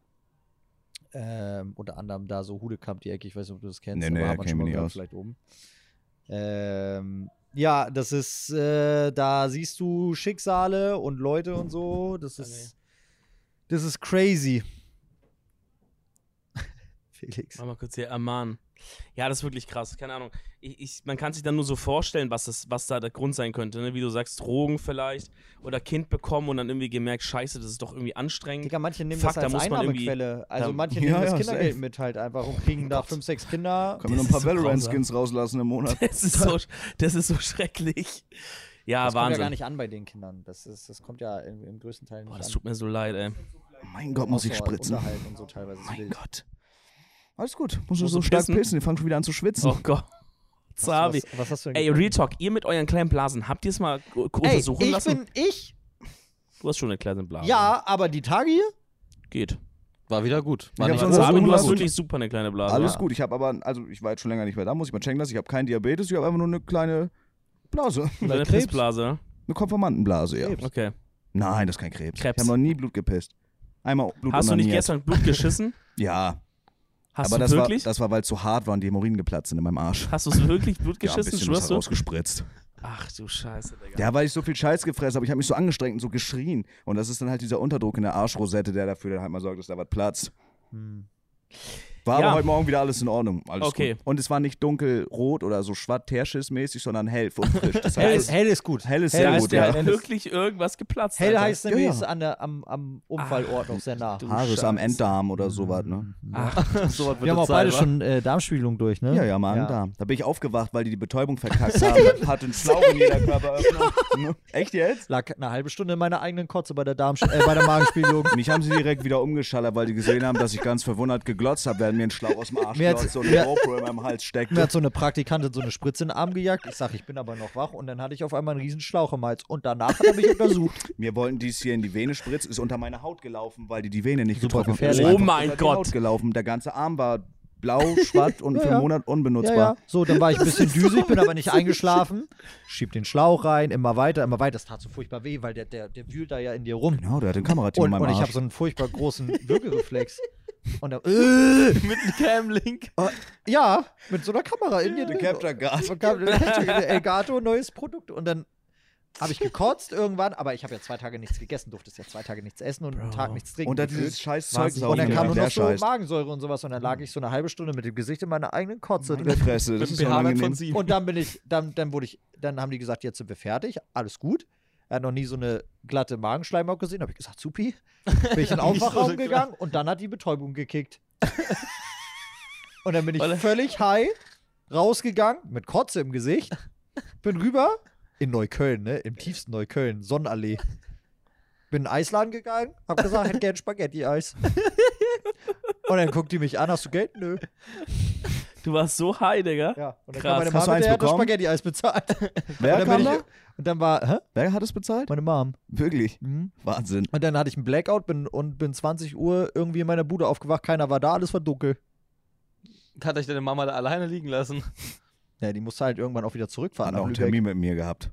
A: Ähm, unter anderem da so Hudekamp die Ecke, ich weiß nicht, ob du das kennst,
C: Nee, nee,
A: aber hat man
C: kenn
A: schon
C: mich
A: mal
C: nicht
A: gehört,
C: aus.
A: vielleicht oben. Ähm, ja, das ist, äh, da siehst du Schicksale und Leute und so. Das ist, das ist crazy. Felix.
B: Mach mal kurz hier, Aman. Ja, das ist wirklich krass. Keine Ahnung. Ich, ich, man kann sich dann nur so vorstellen, was, das, was da der Grund sein könnte. Ne? Wie du sagst, Drogen vielleicht oder Kind bekommen und dann irgendwie gemerkt, scheiße, das ist doch irgendwie anstrengend.
A: Digga, manche nehmen
B: Fuck,
A: das als
B: da muss man irgendwie-
A: Einnahmequelle. Also
B: da-
A: manche
C: Ja,
A: nehmen das
C: ja,
A: Kindergeld
C: safe.
A: mit halt einfach und kriegen da fünf, sechs Kinder.
C: Können wir noch ein
B: Das
C: paar
B: ist so
C: Valorant-Skins rauslassen im Monat?
B: Das ist so, das ist so schrecklich. Ja,
A: Das kommt
B: Wahnsinn.
A: ja gar nicht an bei den Kindern. Das, ist, das kommt ja im, im größten Teil nicht
B: Boah, das
A: an.
B: tut mir so leid, ey.
C: Mein Gott, muss ich
A: Auch so
C: spritzen.
A: Unterhalt und so teilweise. ist
C: Mein
A: wild.
C: Gott. Alles gut. Musst du
B: Musst
C: so
B: du
C: stark
B: pissen?
C: pissen, die fangen schon wieder an zu schwitzen.
B: Oh Gott. Zabi.
A: Was, was hast du denn
B: Ey,
A: gefunden?
B: Real Talk, ihr mit euren kleinen Blasen, habt ihr es mal äh,
A: Ey,
B: untersuchen
A: ich
B: lassen?
A: bin ich.
B: Du hast schon eine kleine Blase.
A: Ja, aber die Tage hier?
B: Geht.
D: War wieder gut. War
C: Ich
D: nicht
C: hab
D: gut.
C: schon
B: Zabi, du hast
C: lassen.
B: wirklich super eine kleine Blase.
C: Alles
B: ja.
C: gut. Ich habe aber, also ich war jetzt schon länger nicht mehr da, muss ich mal checken lassen. Ich habe keinen Diabetes, ich habe einfach nur eine kleine Blase.
B: Deine
A: Krebs?
B: Pissblase, ne?
C: Eine Konformantenblase, ja.
A: Krebs.
B: Okay.
C: Nein, das ist kein Krebs.
B: Krebs.
C: Ich habe noch nie Blut gepisst. Einmal Blut
B: Hast du nicht
C: onaniert.
B: gestern Blut geschissen?
C: Ja,
B: Hast
C: aber
B: du
C: das war,
B: wirklich?
C: das war, weil es zu hart war und die Hämorrhoiden geplatzt sind in meinem Arsch.
B: Hast du es wirklich Blut
C: Ja, ein
B: geschissen,
C: bisschen was
B: schwörst du?
C: rausgespritzt.
B: Ach du Scheiße, Digga.
C: Ja, weil ich so viel Scheiß gefressen habe. Ich habe mich so angestrengt und so geschrien. Und das ist dann halt dieser Unterdruck in der Arschrosette, der dafür dann halt mal sorgt, dass da was platzt.
A: Hm.
C: War
B: Ja.
C: aber heute Morgen wieder alles in Ordnung. Alles
B: Okay.
C: gut. Und es war nicht dunkelrot oder so schwatt-Teerschiss-mäßig, sondern hell und frisch. Das
A: Hell,
C: heißt,
A: hell ist gut.
C: hell ist
A: hell
C: sehr
B: Da
C: gut,
B: ist dir
C: ja.
B: halt
A: Hell ist-
B: wirklich irgendwas geplatzt.
A: Hell
B: Alter.
A: heißt nämlich,
C: Ja, ja.
A: ist an der, am, am Unfallort noch sehr nah.
B: du
C: Haare ist am
B: Scheiße.
C: Enddarm oder sowas, ne?
B: Ach,
D: So was wird
A: Wir haben
D: das
A: auch beide
D: sein, wa?
A: schon äh, Darmspiegelung durch, ne?
C: Ja, ja, Magen-Darm. Da bin ich aufgewacht, weil die die Betäubung verkackt haben. Hatte einen Schlauch in jeder Körperöffnung. Ne? Echt jetzt?
A: Lag eine halbe Stunde in meiner eigenen Kotze bei der, Darm äh, bei der Magenspiegelung.
C: Mich haben sie direkt wieder umgeschallert, weil die gesehen haben, dass ich ganz verwundert geglotzt habe, während mir ein Schlauch aus dem Arsch
A: Mir hat's-
C: glotzte und
A: mir-
C: eine GoPro in meinem Hals steckte.
A: Mir hat so eine Praktikantin so eine Spritze in den Arm gejagt. Ich sag, ich bin aber noch wach. Und dann hatte ich auf einmal einen riesen Schlauch im Hals. Und danach hat er mich untersucht.
C: Mir wollten dies hier in die Vene spritzen, ist unter meine Haut gelaufen, weil die die Vene nicht
A: Super
C: getroffen
A: gefährlich.
C: Ist
B: Oh
C: einfach
B: mein
C: unter die
B: Gott.
C: Haut gelaufen. Der ganze Arm war blau, schwatt und
A: Ja,
C: für
A: ja.
C: einen Monat
A: Ja,
C: unbenutzbar.
A: ja. So, dann war ich ein bisschen düsig, bin aber nicht eingeschlafen. Schieb den Schlauch rein, immer weiter, immer weiter. Das tat so furchtbar weh, weil der, der, der wühlt da ja in dir rum.
C: Genau, der hat ein Kamerateam
A: Und,
C: in meinem
A: und ich
C: Arsch.
A: habe so einen furchtbar großen Würgereflex. Und dann, äh,
D: Mit einem Cam-Link.
A: ja, mit so einer Kamera in dir.
C: Der Capture Guard.
A: Und kam- Elgato, neues Produkt. Und dann habe ich gekotzt irgendwann, aber ich habe ja zwei Tage nichts gegessen, durfte ja zwei Tage nichts essen und einen Tag nichts trinken.
C: Und da
A: gefühlt.
C: dieses scheiß
B: Was?
C: Zeug
A: und dann kam nur
C: der
A: noch so
C: scheißt.
A: Magensäure und sowas und dann lag ich so eine halbe Stunde mit dem Gesicht in meiner eigenen Kotze
C: Meine
A: drin.
C: Fresse, das
D: Mit
C: ist
D: dem pH-Wert von
C: unangenehm.
D: sieben.
A: Und dann bin ich, dann, dann wurde ich, dann haben die gesagt, jetzt sind wir fertig, alles gut. Er hat noch nie so eine glatte Magenschleimhaut gesehen. Habe ich gesagt, supi. Bin ich in den
D: Nicht so
A: Aufwachraum
D: eine
A: gegangen und dann hat die Betäubung gekickt. Und dann bin ich
B: Weil-
A: völlig high rausgegangen mit Kotze im Gesicht. Bin rüber in Neukölln, ne? Im tiefsten Neukölln, Sonnenallee. Bin in den Eisladen gegangen, hab gesagt, hätte gern Spaghetti-Eis. Und dann guckt die mich an, hast du Geld? Nö.
B: Du warst so high, Digga.
A: Ja. Und dann
B: Krass.
A: kam meine
C: Hast du
A: Mama,
C: eins
A: der hat das
C: bekommen?
A: Spaghetti-Eis bezahlt.
C: Wer
A: und, dann
C: kam
A: bin
C: da?
A: ich, und dann war, hä?
C: Wer hat es bezahlt?
A: Meine Mom.
C: Wirklich?
A: Mhm.
C: Wahnsinn.
A: Und dann hatte ich einen Blackout bin, und bin zwanzig Uhr irgendwie in meiner Bude aufgewacht. Keiner war da, alles war dunkel.
D: Hat euch deine Mama da alleine liegen lassen?
A: Ja, die musste halt irgendwann auch wieder zurückfahren
C: Hat
A: nach
C: auch einen
A: Lübeck.
C: Termin mit mir gehabt.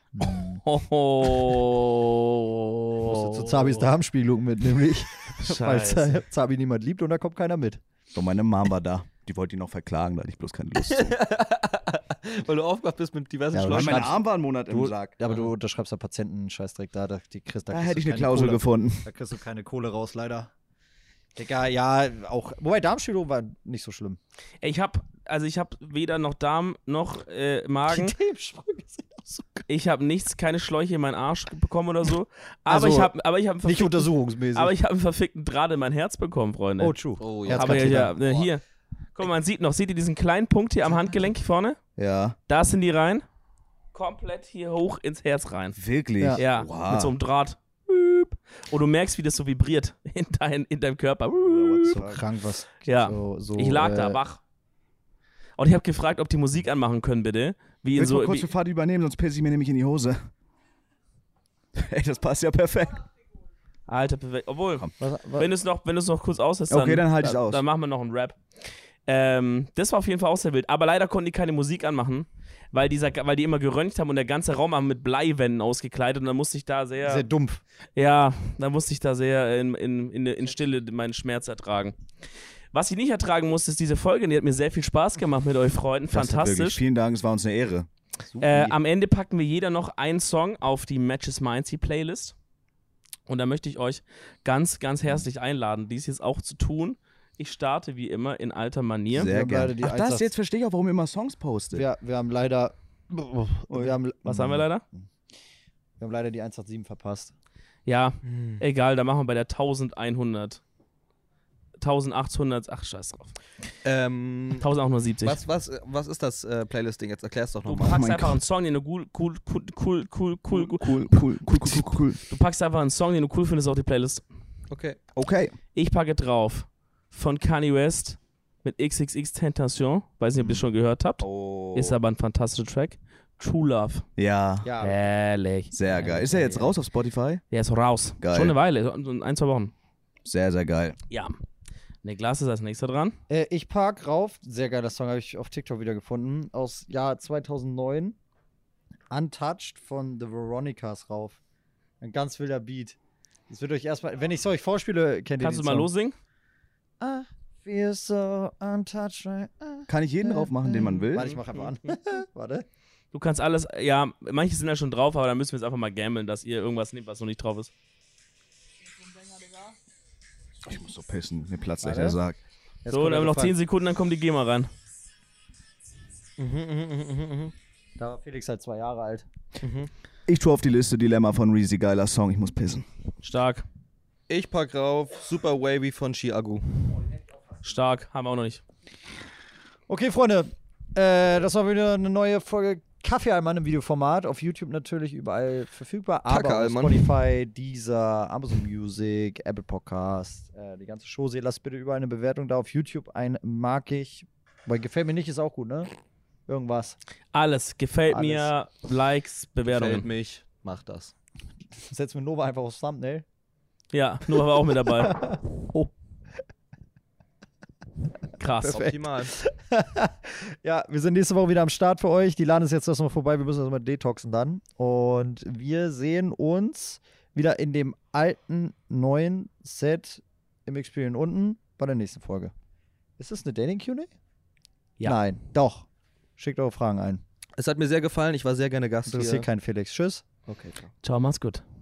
B: Oh.
A: Musste zu Zabis Darmspiegelung mit, nämlich. Weil
B: Scheiße.
A: Z- Zabi niemand liebt und da kommt keiner mit.
C: Und meine Mom war da. Die wollte ihn noch verklagen, da hatte ich bloß keine Lust zu.
D: Weil du aufgewacht bist mit diversen
A: Ja, aber
C: Weil
D: Schläuchen.
A: meine
C: mein Arm war einen Monat im
A: Du,
C: Sack.
A: aber du unterschreibst ja Patienten-Scheißdreck da. Da, die kriegst, da
C: Da
A: kriegst
C: hätte
A: du
C: ich eine
A: keine
C: Klausel
A: Kohle.
C: gefunden.
A: Da kriegst du keine Kohle raus, leider. Digga, ja, auch. Wobei Darmspiegelung war nicht so schlimm.
B: Ey, Ich hab, also ich hab weder noch Darm noch äh, Magen.
A: Darmsprünge sind auch so geil.
B: Ich habe nichts, keine Schläuche in meinen Arsch bekommen oder so. Aber
A: Also,
B: ich habe, aber ich habe
A: Nicht untersuchungsmäßig.
B: aber ich habe einen verfickten Draht in mein Herz bekommen, Freunde.
A: oh, true.
D: Oh, ja.
B: aber ja, ja,
A: Herzkatheter.
B: ne, hier. Guck mal, man sieht noch, seht ihr diesen kleinen Punkt hier am Handgelenk vorne?
C: Ja,
B: Da sind die rein. Komplett hier hoch ins Herz rein.
C: wirklich?
A: Ja.
B: Ja,
C: Wow.
B: mit so einem Draht. Und du merkst, wie das so vibriert in, dein, in deinem Körper.
A: So krank, was.
B: Ja.
A: So, so,
B: Ich lag
A: äh,
B: da wach. Und ich habe gefragt, ob die Musik anmachen können, bitte. Wie in
C: Willst du
B: so.
C: mal kurz
B: Wie,
C: für Fahrt übernehmen, sonst pisse ich mir nämlich in die Hose. Ey, das passt ja perfekt.
B: Alter, perfekt. Obwohl,
C: Komm.
A: Was, was,
B: wenn du es noch, wenn du es noch kurz auslässt,
C: Okay, dann halt ich's
B: dann,
C: aus.
B: dann machen wir noch einen Rap. Ähm, das war auf jeden Fall auch sehr wild. Aber leider konnten die keine Musik anmachen, weil, dieser, weil die immer geröntgt haben und der ganze Raum war mit Bleiwänden ausgekleidet und dann musste ich da sehr,
A: sehr dumpf.
B: ja, da musste ich da sehr in, in, in, in Stille meinen Schmerz ertragen. Was ich nicht ertragen musste, ist diese Folge, die hat mir sehr viel Spaß gemacht mit euch Freunden,
C: Das hat wirklich-
B: fantastisch.
C: Vielen Dank, es war uns eine Ehre.
B: Äh, am Ende packen wir jeder noch einen Song auf die Matches Mindsy Playlist. Und da möchte ich euch ganz, ganz herzlich einladen, dies jetzt auch zu tun. Ich starte wie immer in alter Manier.
C: Sehr
A: haben leider
C: gerne.
A: die
C: Ach, das
A: Einsatz-
C: jetzt verstehe ich auch, warum ihr immer Songs postet.
A: Wir, wir haben leider. Wir haben,
B: Was haben wir leider?
A: Wir haben leider die eins acht sieben verpasst.
B: Ja,
D: Hm.
B: egal, da machen wir bei der elfhundert. eintausendachthundert, ach scheiß drauf.
D: Ähm,
B: eintausendachthundertsiebzig.
D: was, was, was ist das äh, Playlist-Ding? Jetzt erklär's doch
B: Du
D: nochmal.
B: packst
C: mein
B: einfach
C: Gott.
B: einen Song, den du cool, cool, cool, cool, cool, cool, cool.
C: Cool, cool, cool, cool, cool, cool.
B: Du packst einfach einen Song, den du cool findest, auf die Playlist.
D: Okay.
C: Okay.
B: Ich packe drauf von Kanye West mit X X X Tentation. Weiß nicht, ob ihr schon gehört habt.
D: Oh.
B: Ist aber ein fantastischer Track. True Love.
C: Ja,
D: Ja.
B: Herrlich.
C: sehr geil. Ist er jetzt raus auf Spotify?
B: Der ist raus.
C: Geil.
B: Schon eine Weile, so in ein, zwei Wochen.
C: Sehr, sehr geil.
B: Ja. Niklas ist als nächster dran.
A: Äh, ich park rauf. Sehr geiler Song, habe ich auf TikTok wieder gefunden. Aus Jahr zweitausendneun. Untouched von The Veronicas rauf. Ein ganz wilder Beat. Das wird euch erstmal, wenn ich es euch vorspiele, kennt ihr
B: Kannst du
A: den
B: mal
A: Song.
B: lossingen?
A: I feel so untouched right now.
C: Kann ich jeden drauf machen, den man will?
A: Warte, ich mach einfach an. Warte.
B: Du kannst alles, ja, manche sind ja schon drauf, aber dann müssen wir jetzt einfach mal gamblen, dass ihr irgendwas nehmt, was noch nicht drauf ist.
C: Ich muss so pissen. Mir platzt gleich
A: Warte.
C: der Sarg.
A: Jetzt
B: So,
A: kommt
B: dann haben wir noch
A: der
B: zehn
A: Refrain.
B: Sekunden, dann kommt die GEMA rein.
D: Mhm, mhm, mhm, mhm.
A: Da war Felix halt zwei Jahre alt.
C: Ich tue auf die Liste Dilemma von Reezy. Geiler Song. Ich muss pissen.
B: Stark,
D: Ich pack rauf Super Wavy von Chiago.
B: stark, haben wir auch noch nicht.
A: Okay, Freunde. Äh, das war wieder eine neue Folge Kaffee-Allmann im Videoformat. Auf YouTube natürlich überall verfügbar. Aber auf
D: Kacke-Allmann.
A: Spotify, Deezer, Amazon Music, Apple Podcast, äh, die ganze Show. Lasst bitte überall eine Bewertung da auf YouTube. Ein mag ich. Weil gefällt mir nicht, ist auch gut, ne? Irgendwas.
B: Alles, gefällt
A: Alles.
B: mir, Likes,
D: Fällt
B: Bewertungen.
D: mich. Mach das.
A: Setzen wir Nova einfach aufs Thumbnail.
B: Ja, nur war auch mit dabei.
A: Oh.
B: Krass.
A: Perfekt.
D: Optimal.
A: Ja, wir sind nächste Woche wieder am Start für euch. Die Laden ist jetzt erstmal vorbei. Wir müssen erstmal detoxen dann. Und wir sehen uns wieder in dem alten, neuen Set im Experience unten bei der nächsten Folge. Ist das eine Dating-Q und A?
B: Ja.
A: Nein, doch. Schickt eure Fragen ein.
D: Es hat mir sehr gefallen. Ich war sehr gerne Gast
A: Interessiert
D: hier.
A: keinen Felix. Tschüss.
D: Okay, ciao.
B: Ciao, mach's gut.